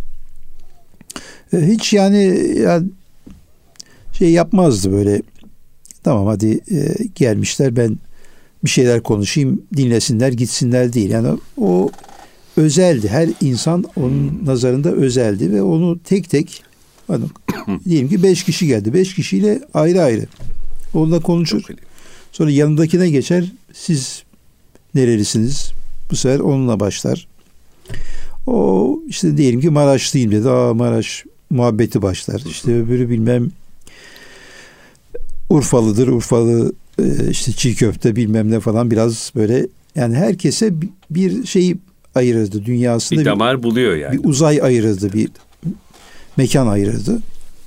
Hiç yani ya şey yapmazdı böyle. Tamam hadi gelmişler, ben bir şeyler konuşayım, dinlesinler, gitsinler değil. Yani o özeldi. Her insan onun nazarında özeldi ve onu tek tek diyelim ki 5 kişi geldi. 5 kişiyle ayrı ayrı. Onunla konuşur. Sonra yanındakine geçer. Siz nerelisiniz? Bu sefer onunla başlar. O işte diyelim ki Maraşlıyım dedi. Maraş muhabbeti başlar. İşte öbürü bilmem Urfalıdır. Urfalı işte çiğ köfte bilmem ne falan, biraz böyle yani herkese bir şey ayırırdı dünyasında.
Bir damar buluyor yani.
Bir uzay ayırırdı, bir mekan ayırırdı.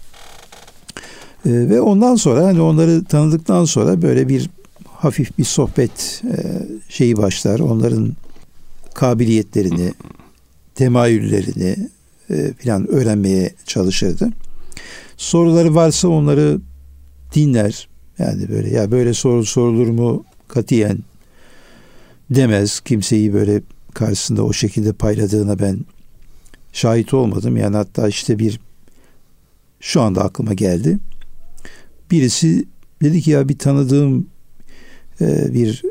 Ve ondan sonra hani onları tanıdıktan sonra böyle bir hafif bir sohbet şeyi başlar. Onların kabiliyetlerini, temayüllerini falan öğrenmeye çalışırdı. Soruları varsa onları dinler. Yani böyle ya böyle soru sorulur mu katiyen demez. Kimseyi böyle karşısında o şekilde payladığına ben şahit olmadım. Yani hatta işte şu anda aklıma geldi. Birisi dedi ki ya bir tanıdığım bir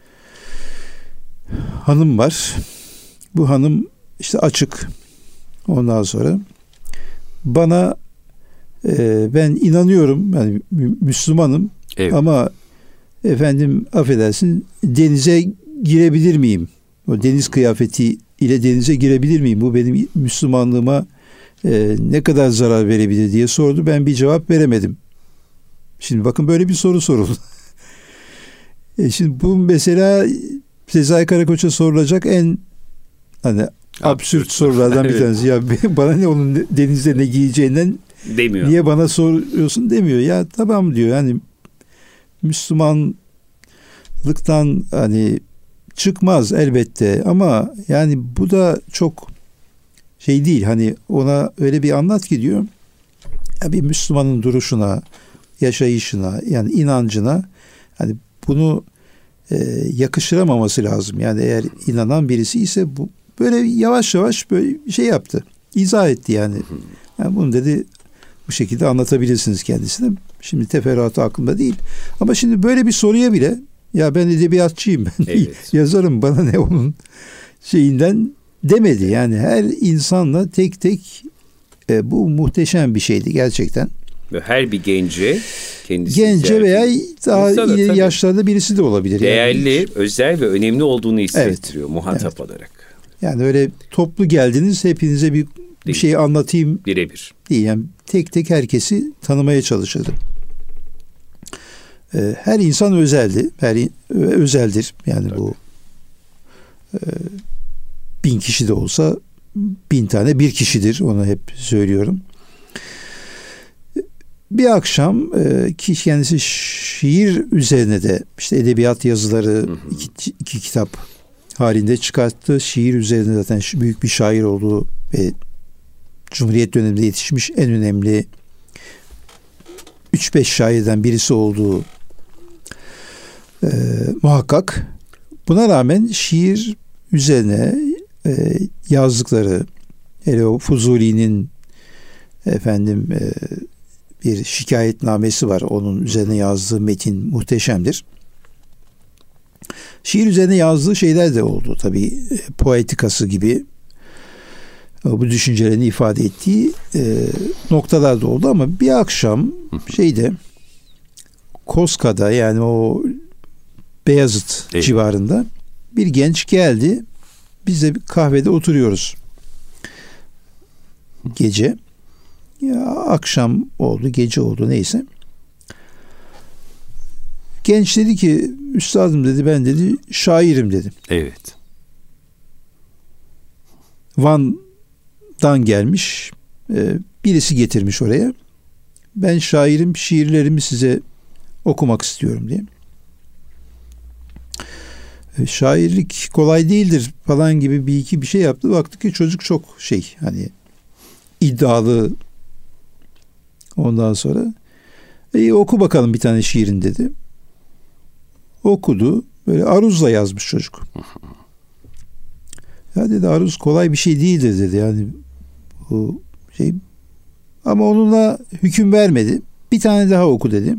hanım var. Bu hanım işte açık. Ondan sonra bana ben inanıyorum, yani Müslümanım, evet. Ama efendim affedersin, denize girebilir miyim? O deniz kıyafeti ile denize girebilir miyim? Bu benim Müslümanlığıma ne kadar zarar verebilir diye sordu. Ben bir cevap veremedim. Şimdi bakın böyle bir soru soruldu. Şimdi bu mesela Sezai Karakoç'a sorulacak en hani absürt sorulardan bir tanesi. Ya bana ne onun denizde ne giyeceğinden demiyor. Niye bana soruyorsun demiyor. Ya tamam diyor. Yani Müslümanlıktan hani çıkmaz elbette ama yani bu da çok şey değil. Hani ona öyle bir anlat ki diyor. Ya bir Müslümanın duruşuna, yaşayışına, yani inancına hani bunu yakıştıramaması lazım. Yani eğer inanan birisi ise bu böyle yavaş yavaş böyle bir şey yaptı. İzah etti yani. Yani bunu dedi bu şekilde anlatabilirsiniz kendisine. Şimdi teferruatı aklımda değil. Ama şimdi böyle bir soruya bile ya ben edebiyatçıyım, ben evet. Yazarım, bana ne onun şeyinden demedi. Yani her insanla tek tek bu muhteşem bir şeydi gerçekten.
Ve her bir gence
veya daha ileri yaşlarda birisi de olabilir.
Değerli,
yani.
özel ve önemli olduğunu hissettiriyor muhatap olarak.
Yani öyle toplu geldiniz, hepinize bir şey anlatayım.
Birebir.
Değil yani, tek tek herkesi tanımaya çalışırdım. Her insan özeldi. Özeldir. Yani tabii. Bu 1000 kişi de olsa 1000 tane bir kişidir. Onu hep söylüyorum. Bir akşam kendisi şiir üzerine de işte edebiyat yazıları iki kitap halinde çıkarttı. Şiir üzerine zaten büyük bir şair olduğu ve Cumhuriyet döneminde yetişmiş en önemli 3-5 şairden birisi olduğu muhakkak. Buna rağmen şiir üzerine yazdıkları, hele o Fuzuli'nin bir şikayetnamesi var. Onun üzerine yazdığı metin muhteşemdir. Şiir üzerine yazdığı şeyler de oldu. Tabii poetikası gibi bu düşüncelerini ifade ettiği noktalar da oldu ama bir akşam Koska'da, yani o Beyazıt civarında bir genç geldi. Biz de bir kahvede oturuyoruz. Gece. Ya akşam oldu, gece oldu, neyse. Genç dedi ki, üstadım dedi, ben dedi şairim dedi.
Evet.
Van'dan gelmiş. Birisi getirmiş oraya. Ben şairim, şiirlerimi size okumak istiyorum diye. Şairlik kolay değildir falan gibi bir şey yaptı. Baktık ki çocuk çok iddialı. Ondan sonra oku bakalım bir tane şiirin dedi. Okudu. Böyle aruzla yazmış çocuk. Ya dedi, aruz kolay bir şey değildir dedi. Yani bu şey, ama onunla hüküm vermedi. Bir tane daha oku dedi.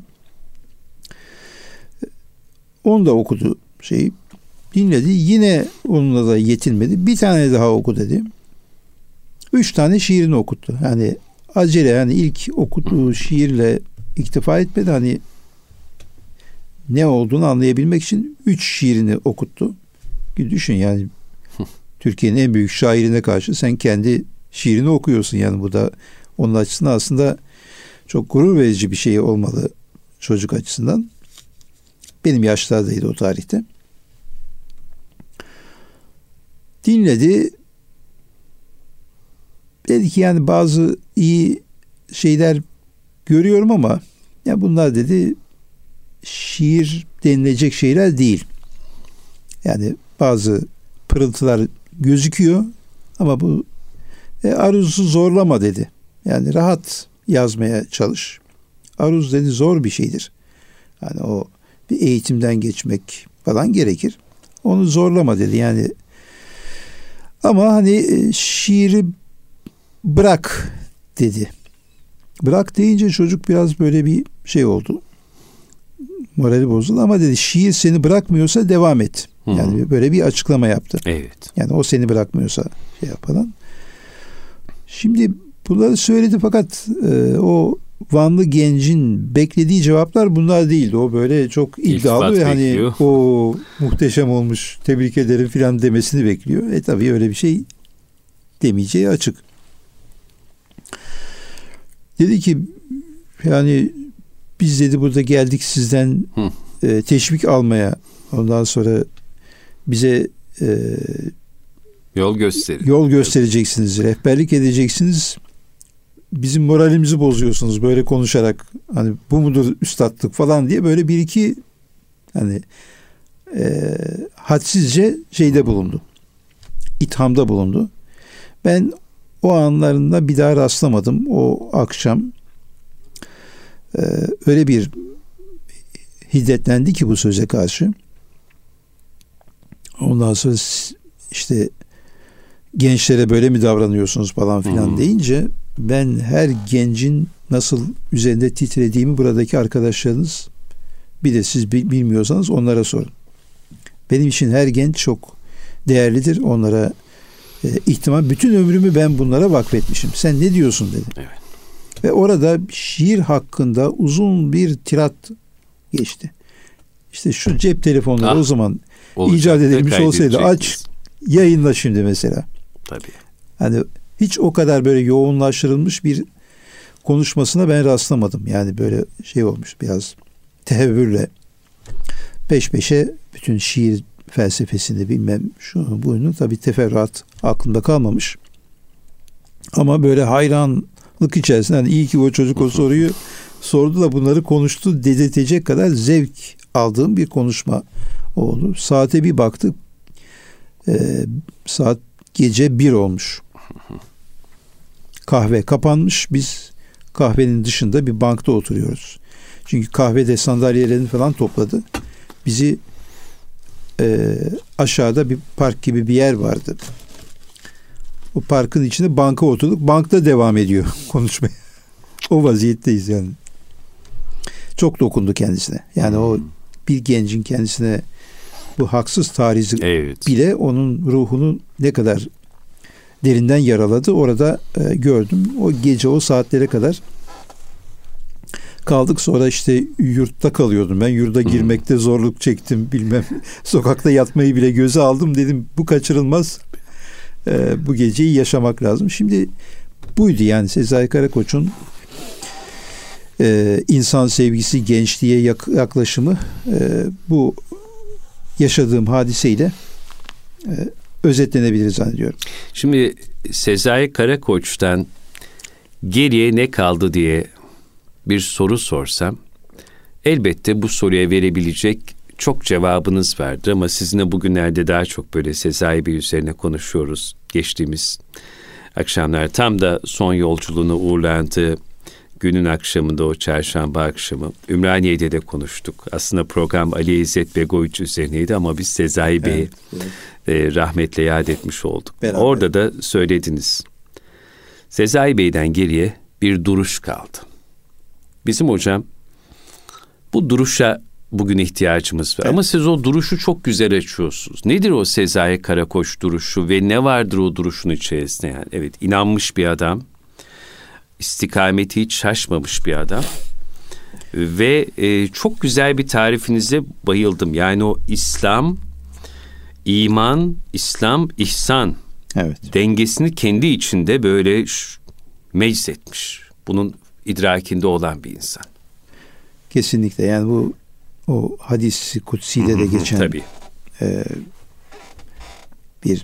Onu da okudu. Dinledi. Yine onunla da yetinmedi. Bir tane daha oku dedi. 3 tane şiirini okuttu. Yani acele, ilk okuttuğu şiirle iktifa etmedi. Ne olduğunu anlayabilmek için 3 şiirini okuttu. Düşün yani, Türkiye'nin en büyük şairine karşı sen kendi şiirini okuyorsun. Yani bu da onun açısından aslında çok gurur verici bir şey olmalı çocuk açısından. Benim yaşlardaydı o tarihte. Dinledi. Dedi ki yani bazı iyi şeyler görüyorum ama ya bunlar dedi şiir denilecek şeyler değil. Yani bazı pırıltılar gözüküyor ama bu aruzu zorlama dedi. Yani rahat yazmaya çalış. Aruz dedi zor bir şeydir. Yani o bir eğitimden geçmek falan gerekir. Onu zorlama dedi. Yani ama şiiri bırak dedi. Bırak deyince çocuk biraz böyle bir şey oldu. Morali bozuldu ama dedi şiir seni bırakmıyorsa devam et. Yani böyle bir açıklama yaptı.
Evet.
Yani o seni bırakmıyorsa yapalım. Şimdi bunları söyledi fakat o Vanlı gencin beklediği cevaplar bunlar değildi. O böyle çok iddialı ve o muhteşem olmuş, tebrik ederim filan demesini bekliyor. Tabii öyle bir şey demeyeceği açık. Dedi ki yani biz dedi burada geldik sizden teşvik almaya, ondan sonra bize yol göstereceksiniz, rehberlik edeceksiniz. Bizim moralimizi bozuyorsunuz böyle konuşarak. Bu mudur üstatlık falan diye böyle bir iki hadsizce bulundu. İthamda bulundu. Ben o anlarında bir daha rastlamadım. O akşam öyle bir hiddetlendi ki bu söze karşı. Ondan sonra gençlere böyle mi davranıyorsunuz falan filan deyince ben her gencin nasıl üzerinde titrediğimi buradaki arkadaşlarınız, bir de siz bilmiyorsanız onlara sorun. Benim için her genç çok değerlidir. Onlara ihtimal bütün ömrümü ben bunlara vakfetmişim. Sen ne diyorsun dedi.
Evet.
Ve orada şiir hakkında uzun bir tirat geçti. İşte şu cep telefonları o zaman icat edilmiş olsaydı aç yayınla şimdi mesela.
Tabii.
Hani hiç o kadar böyle yoğunlaştırılmış bir konuşmasına ben rastlamadım. Yani böyle şey olmuş, biraz tehevvürle peş peşe bütün şiir felsefesini bilmem şunu bunu, tabii teferruat aklımda kalmamış. Ama böyle hayranlık içerisinde, hani iyi ki o çocuk o soruyu sordu da bunları konuştu dedirtecek kadar zevk aldığım bir konuşma oldu. Saate bir baktık. Saat gece 1 olmuş. Kahve kapanmış. Biz kahvenin dışında bir bankta oturuyoruz. Çünkü kahvede sandalyelerini falan topladı. Bizi aşağıda bir park gibi bir yer vardı. O parkın içinde banka oturduk. Bankta devam ediyor konuşmaya. O vaziyetteyiz yani. Çok dokundu kendisine. Yani o bir gencin kendisine bu haksız tarizi bile onun ruhunu ne kadar derinden yaraladı. Orada gördüm. O gece o saatlere kadar kaldık. Sonra işte yurtta kalıyordum. Ben yurda girmekte zorluk çektim. Bilmem, sokakta yatmayı bile göze aldım. Dedim bu kaçırılmaz. Bu geceyi yaşamak lazım. Şimdi buydu yani Sezai Karakoç'un insan sevgisi, gençliğe yaklaşımı bu yaşadığım hadiseyle özetlenebilir zannediyorum.
Şimdi Sezai Karakoç'tan geriye ne kaldı diye bir soru sorsam, elbette bu soruya verebilecek çok cevabınız vardır ama sizinle bugünlerde daha çok böyle Sezai Bey üzerine konuşuyoruz. Geçtiğimiz akşamlar tam da son yolculuğuna uğurlandığı günün akşamında, o çarşamba akşamı Ümraniye'de de konuştuk. Aslında program Ali İzzet Begoviç üzerineydi ama biz Sezai Bey'i rahmetle yad etmiş olduk. Beraber. Orada da söylediniz. Sezai Bey'den geriye bir duruş kaldı. Bizim hocam bu duruşa bugün ihtiyacımız var. Evet. Ama siz o duruşu çok güzel açıyorsunuz. Nedir o Sezai Karakoç duruşu ve ne vardır o duruşun içerisinde? Yani evet, inanmış bir adam, istikameti hiç şaşmamış bir adam ve çok güzel bir tarifinize bayıldım. Yani o İslam, iman, İslam, ihsan dengesini kendi içinde böyle meczetmiş. Bunun idrakinde olan bir insan.
Kesinlikle yani bu o hadis-i kutsi'de de geçen
tabii.
Bir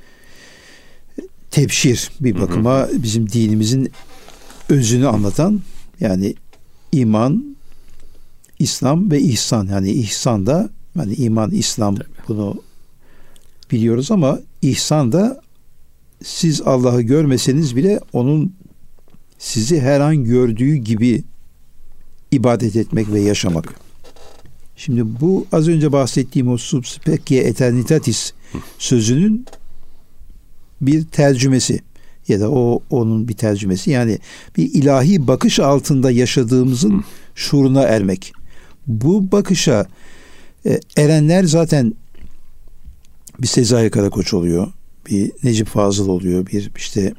tebşir bir bakıma bizim dinimizin özünü anlatan, yani iman, İslam ve ihsan. Yani ihsan da, yani iman, İslam tabii. Bunu biliyoruz ama ihsan da siz Allah'ı görmeseniz bile onun sizi her an gördüğü gibi ibadet etmek ve yaşamak. Tabii. Şimdi bu az önce bahsettiğim o subspecie eternitatis sözünün bir tercümesi ya da onun bir tercümesi, yani bir ilahi bakış altında yaşadığımızın şuuruna ermek. Bu bakışa erenler zaten bir Sezai Karakoç oluyor, bir Necip Fazıl oluyor, bir işte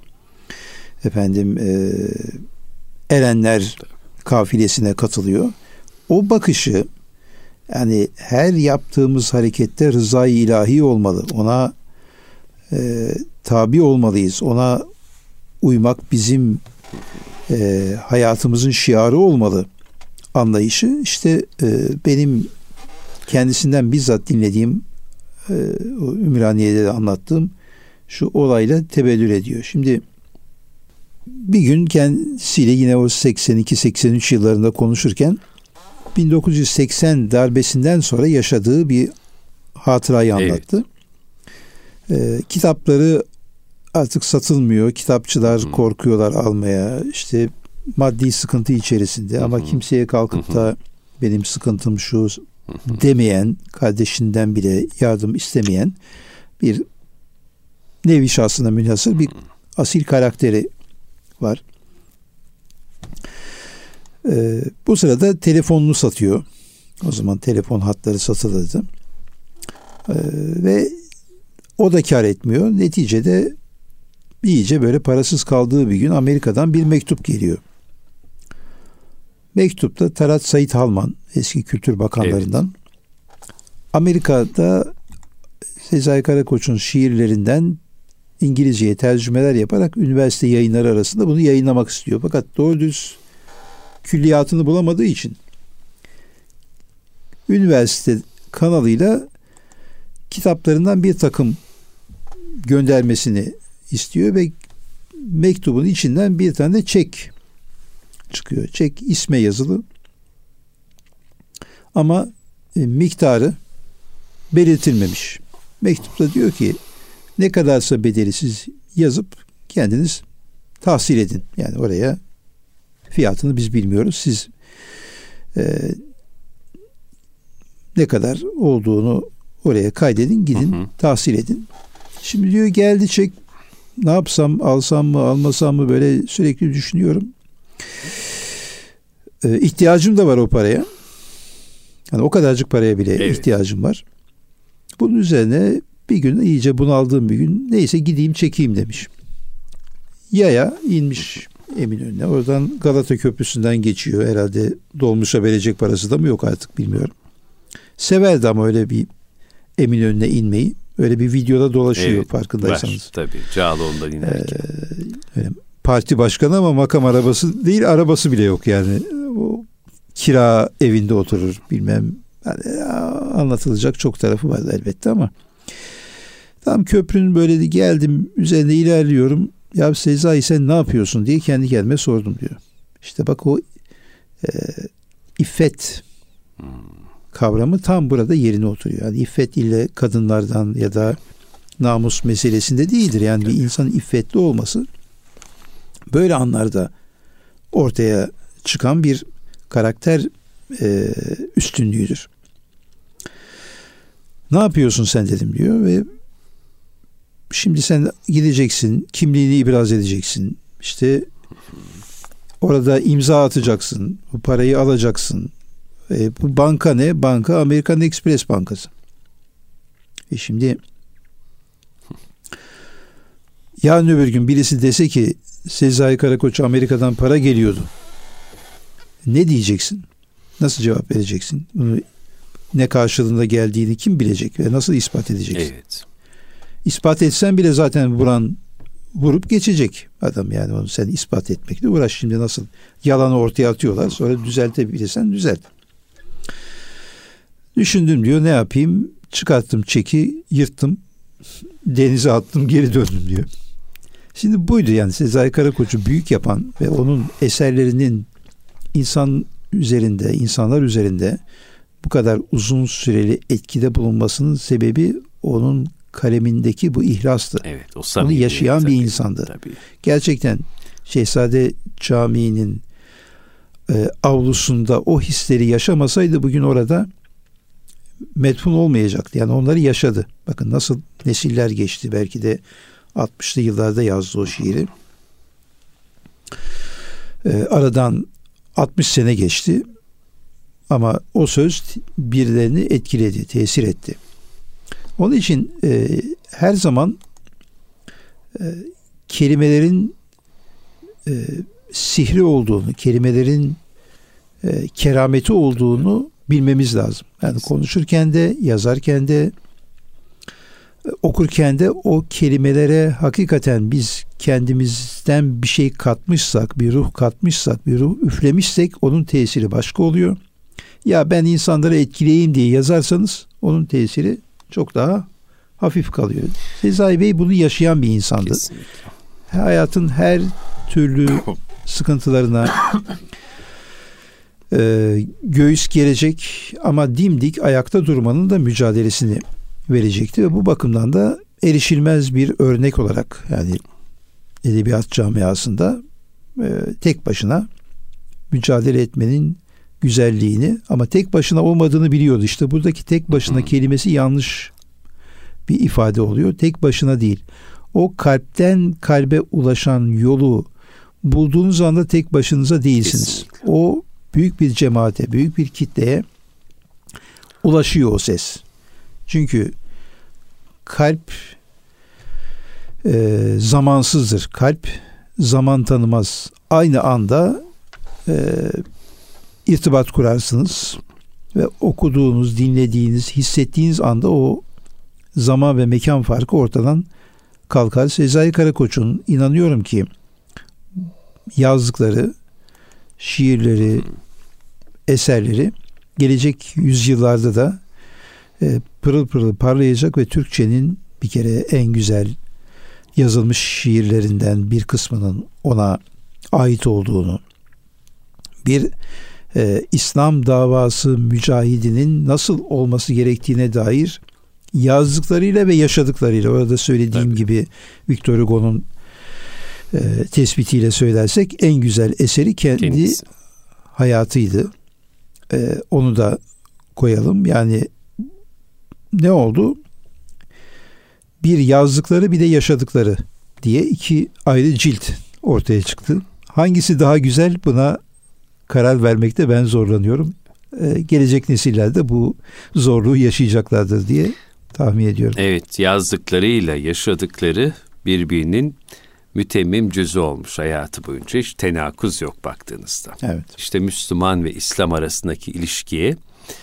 erenler kafilesine katılıyor. O bakışı, yani her yaptığımız harekette rızayı ilahi olmalı. Ona tabi olmalıyız. Ona uymak bizim hayatımızın şiarı olmalı anlayışı. İşte benim kendisinden bizzat dinlediğim, Ümraniye'de de anlattığım şu olayla tebellür ediyor. Şimdi bir gün kendisiyle yine o 82-83 yıllarında konuşurken 1980 darbesinden sonra yaşadığı bir hatırayı anlattı. Kitapları artık satılmıyor. Kitapçılar korkuyorlar almaya. İşte maddi sıkıntı içerisinde ama kimseye kalkıp da benim sıkıntım şu demeyen, kardeşinden bile yardım istemeyen bir nevi şahsına münhasır bir asil karakteri var. Bu sırada telefonunu satıyor. O zaman telefon hatları satılırdı. Ve o da kar etmiyor. Neticede iyice böyle parasız kaldığı bir gün Amerika'dan bir mektup geliyor. Mektupta Talat Sait Halman, eski Kültür Bakanlarından, Amerika'da Sezai Karakoç'un şiirlerinden İngilizceye tercümeler yaparak üniversite yayınları arasında bunu yayınlamak istiyor. Fakat doğru düz külliyatını bulamadığı için üniversite kanalıyla kitaplarından bir takım göndermesini istiyor ve mektubun içinden bir tane de çek çıkıyor. Çek isme yazılı ama miktarı belirtilmemiş. Mektupta diyor ki ne kadarsa bedeli siz yazıp kendiniz tahsil edin. Yani oraya fiyatını biz bilmiyoruz. Siz ne kadar olduğunu oraya kaydedin, gidin, tahsil edin. Şimdi diyor geldi çek, ne yapsam, alsam mı, almasam mı, böyle sürekli düşünüyorum. İhtiyacım da var o paraya. Yani o kadarcık paraya bile ihtiyacım var. Bunun üzerine bir gün iyice bunaldığım bir gün neyse gideyim çekeyim demiş. Yaya inmiş Eminönü'ne. Oradan Galata Köprüsü'nden geçiyor. Herhalde dolmuşa verecek parası da mı yok artık bilmiyorum. Severdi ama öyle bir Eminönü'ne inmeyi. Öyle bir videoda dolaşıyor farkındaysanız.
Var tabii. Cağaloğlu'ndan inerken.
Parti başkanı ama makam arabası değil, arabası bile yok yani. O kira evinde oturur bilmem. Yani anlatılacak çok tarafı var elbette ama tam köprünün böyle geldim üzerinde ilerliyorum. Ya Sezai sen ne yapıyorsun diye kendi kendime sordum diyor. İşte bak o iffet kavramı tam burada yerine oturuyor. Yani iffet ile kadınlardan ya da namus meselesinde değildir. Yani bir insanın iffetli olması böyle anlarda ortaya çıkan bir karakter üstünlüğüdür. Ne yapıyorsun sen dedim diyor ve şimdi sen gideceksin, kimliğini ibraz edeceksin. İşte orada imza atacaksın, bu parayı alacaksın. Bu banka ne? Banka Amerikan Express Bankası. Şimdi yarın öbür gün birisi dese ki Sezai Karakoç'a Amerika'dan para geliyordu. Ne diyeceksin? Nasıl cevap vereceksin? Bunu ne karşılığında geldiğini kim bilecek ve nasıl ispat edeceksin?
Evet.
İspat etsen bile zaten vurup geçecek adam, yani onu sen ispat etmekle uğraş. Şimdi nasıl yalanı ortaya atıyorlar, sonra düzeltebilirsen düzelt. Düşündüm diyor, ne yapayım? Çıkarttım çeki, yırttım, denize attım, geri döndüm diyor. Şimdi buydu yani Sezai Karakoç'u büyük yapan ve onun eserlerinin insanlar üzerinde bu kadar uzun süreli etkide bulunmasının sebebi onun kalemindeki bu ihlastı.
Evet,
onu yaşayan bir insandı.
Tabii.
Gerçekten Şehzade Camii'nin avlusunda o hisleri yaşamasaydı bugün orada metfun olmayacaktı. Yani onları yaşadı. Bakın nasıl nesiller geçti. Belki de 60'lı yıllarda yazdı o şiiri. Aradan 60 sene geçti. Ama o söz birilerini etkiledi, tesir etti. Onun için her zaman kelimelerin sihri olduğunu, kelimelerin kerameti olduğunu bilmemiz lazım. Yani konuşurken de, yazarken de, okurken de o kelimelere hakikaten biz kendimizden bir şey katmışsak, bir ruh katmışsak, bir ruh üflemişsek onun tesiri başka oluyor. Ya ben insanları etkileyeyim diye yazarsanız onun tesiri çok daha hafif kalıyor. Sezai Bey bunu yaşayan bir insandı.
Kesinlikle.
Hayatın her türlü sıkıntılarına göğüs gelecek ama dimdik ayakta durmanın da mücadelesini verecekti ve bu bakımdan da erişilmez bir örnek olarak, yani edebiyat camiasında tek başına mücadele etmenin güzelliğini, ama tek başına olmadığını biliyordu. İşte buradaki tek başına kelimesi yanlış bir ifade oluyor. Tek başına değil. O kalpten kalbe ulaşan yolu bulduğunuz anda tek başınıza değilsiniz.
Kesinlikle.
O büyük bir cemaate, büyük bir kitleye ulaşıyor o ses. Çünkü kalp zamansızdır. Kalp zaman tanımaz. Aynı anda irtibat kurarsınız ve okuduğunuz, dinlediğiniz, hissettiğiniz anda o zaman ve mekan farkı ortadan kalkar. Sezai Karakoç'un inanıyorum ki yazdıkları, şiirleri, eserleri gelecek yüzyıllarda da pırıl pırıl parlayacak ve Türkçenin bir kere en güzel yazılmış şiirlerinden bir kısmının ona ait olduğunu, bir İslam davası mücahidinin nasıl olması gerektiğine dair yazdıklarıyla ve yaşadıklarıyla, orada söylediğim gibi Victor Hugo'nun tespitiyle söylersek en güzel eseri kendisi hayatıydı. Onu da koyalım. Yani ne oldu? Bir yazdıkları bir de yaşadıkları diye iki ayrı cilt ortaya çıktı. Hangisi daha güzel, buna karar vermekte ben zorlanıyorum. Gelecek nesiller de bu zorluğu yaşayacaklardır diye tahmin ediyorum.
Evet, yazdıklarıyla yaşadıkları birbirinin mütemmim cüzü olmuş hayatı boyunca. Hiç tenakuz yok baktığınızda.
Evet.
İşte Müslüman ve İslam arasındaki ilişkiye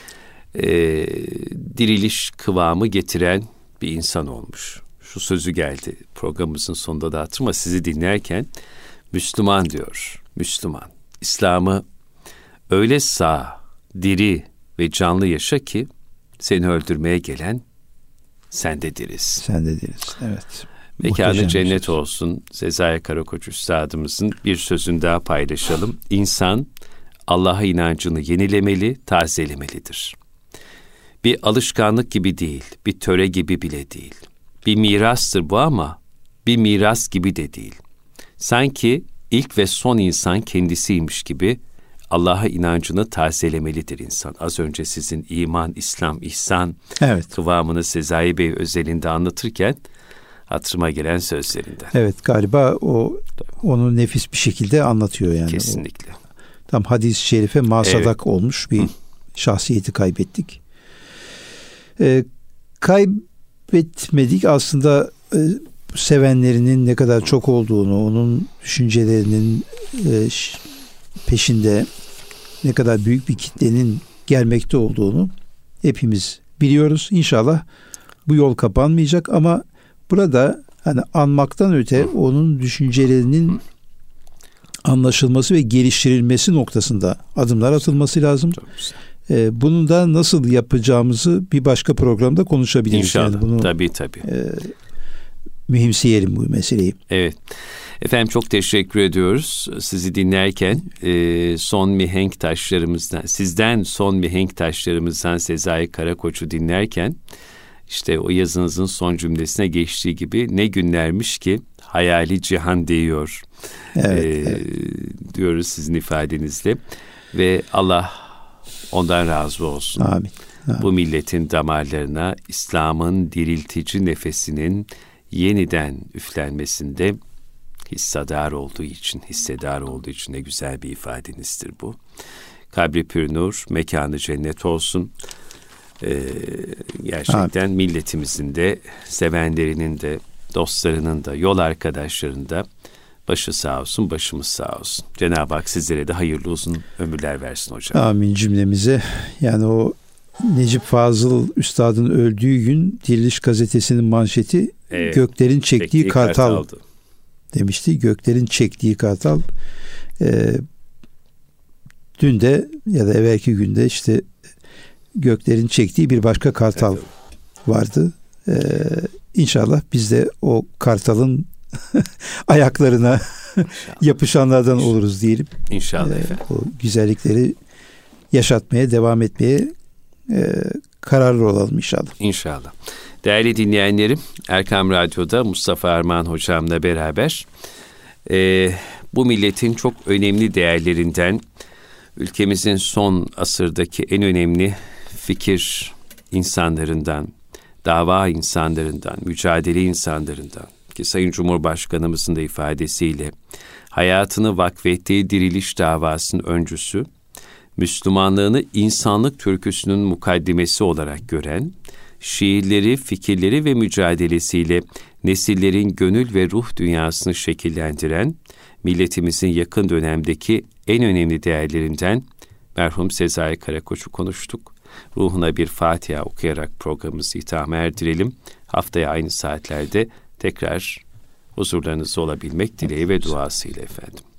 diriliş kıvamı getiren bir insan olmuş. Şu sözü geldi programımızın sonunda da hatırıma, sizi dinlerken Müslüman diyor. Müslüman. İslam'ı öyle sağ, diri ve canlı yaşa ki seni öldürmeye gelen sen de diriz.
Sen de diriz. Evet.
Mekanı cennet olsun. Sezai Karakoç Üstadımızın bir sözünü daha paylaşalım. İnsan Allah'a inancını yenilemeli, tazelemelidir. Bir alışkanlık gibi değil, bir töre gibi bile değil. Bir mirastır bu ama bir miras gibi de değil. Sanki ilk ve son insan kendisiymiş gibi Allah'a inancını tazelemelidir insan. Az önce sizin iman, İslam, ihsan kıvamını Sezai Bey özelinde anlatırken hatırıma gelen sözlerinden.
Evet, galiba onu nefis bir şekilde anlatıyor yani.
Kesinlikle.
Tam hadis-i şerife masadak olmuş bir şahsiyeti kaybettik. Kaybetmedik aslında, sevenlerinin ne kadar çok olduğunu, onun düşüncelerinin peşinde ne kadar büyük bir kitlenin gelmekte olduğunu hepimiz biliyoruz. İnşallah bu yol kapanmayacak ama burada hani anmaktan öte onun düşüncelerinin anlaşılması ve geliştirilmesi noktasında adımlar atılması lazım. Bunu da nasıl yapacağımızı bir başka programda konuşabiliriz.
İnşallah.
Yani bunu,
tabii.
Mühimseyelim bu meseleyi.
Evet. Efendim çok teşekkür ediyoruz. Sizi dinlerken son mihenk taşlarımızdan, sizden son mihenk taşlarımızdan Sezai Karakoç'u dinlerken işte o yazınızın son cümlesine geçtiği gibi ne günlermiş ki hayali cihan değiyor. Evet. Diyoruz sizin ifadenizle ve Allah ondan razı olsun.
Amin.
Bu milletin damarlarına İslam'ın diriltici nefesinin yeniden üflenmesinde hissedar olduğu için ne güzel bir ifadenizdir bu. Kabri pür nur, mekanı cennet olsun. Gerçekten milletimizin de, sevenlerinin de, dostlarının da, yol arkadaşlarının da başı sağ olsun, başımız sağ olsun. Cenab-ı Hak sizlere de hayırlı uzun ömürler versin hocam.
Amin cümlemize. Yani o Necip Fazıl Üstad'ın öldüğü gün Diriliş gazetesinin manşeti göklerin çektiği kartal demişti. Göklerin çektiği kartal. Dün de ya da evvelki günde işte göklerin çektiği bir başka kartal vardı. İnşallah biz de o kartalın ayaklarına yapışanlardan oluruz diyelim.
İnşallah efendim.
O güzellikleri yaşatmaya devam etmeye kararlı olalım inşallah.
İnşallah. Değerli dinleyenlerim, Erkam Radyo'da Mustafa Armağan hocamla beraber bu milletin çok önemli değerlerinden, ülkemizin son asırdaki en önemli fikir insanlarından, dava insanlarından, mücadele insanlarından ki Sayın Cumhurbaşkanımızın da ifadesiyle hayatını vakfettiği diriliş davasının öncüsü, Müslümanlığını insanlık türküsünün mukaddimesi olarak gören, şiirleri, fikirleri ve mücadelesiyle nesillerin gönül ve ruh dünyasını şekillendiren, milletimizin yakın dönemdeki en önemli değerlerinden merhum Sezai Karakoç'u konuştuk. Ruhuna bir Fatiha okuyarak programımızı ihtama erdirelim. Haftaya aynı saatlerde tekrar huzurlarınızda olabilmek dileği ve duasıyla efendim.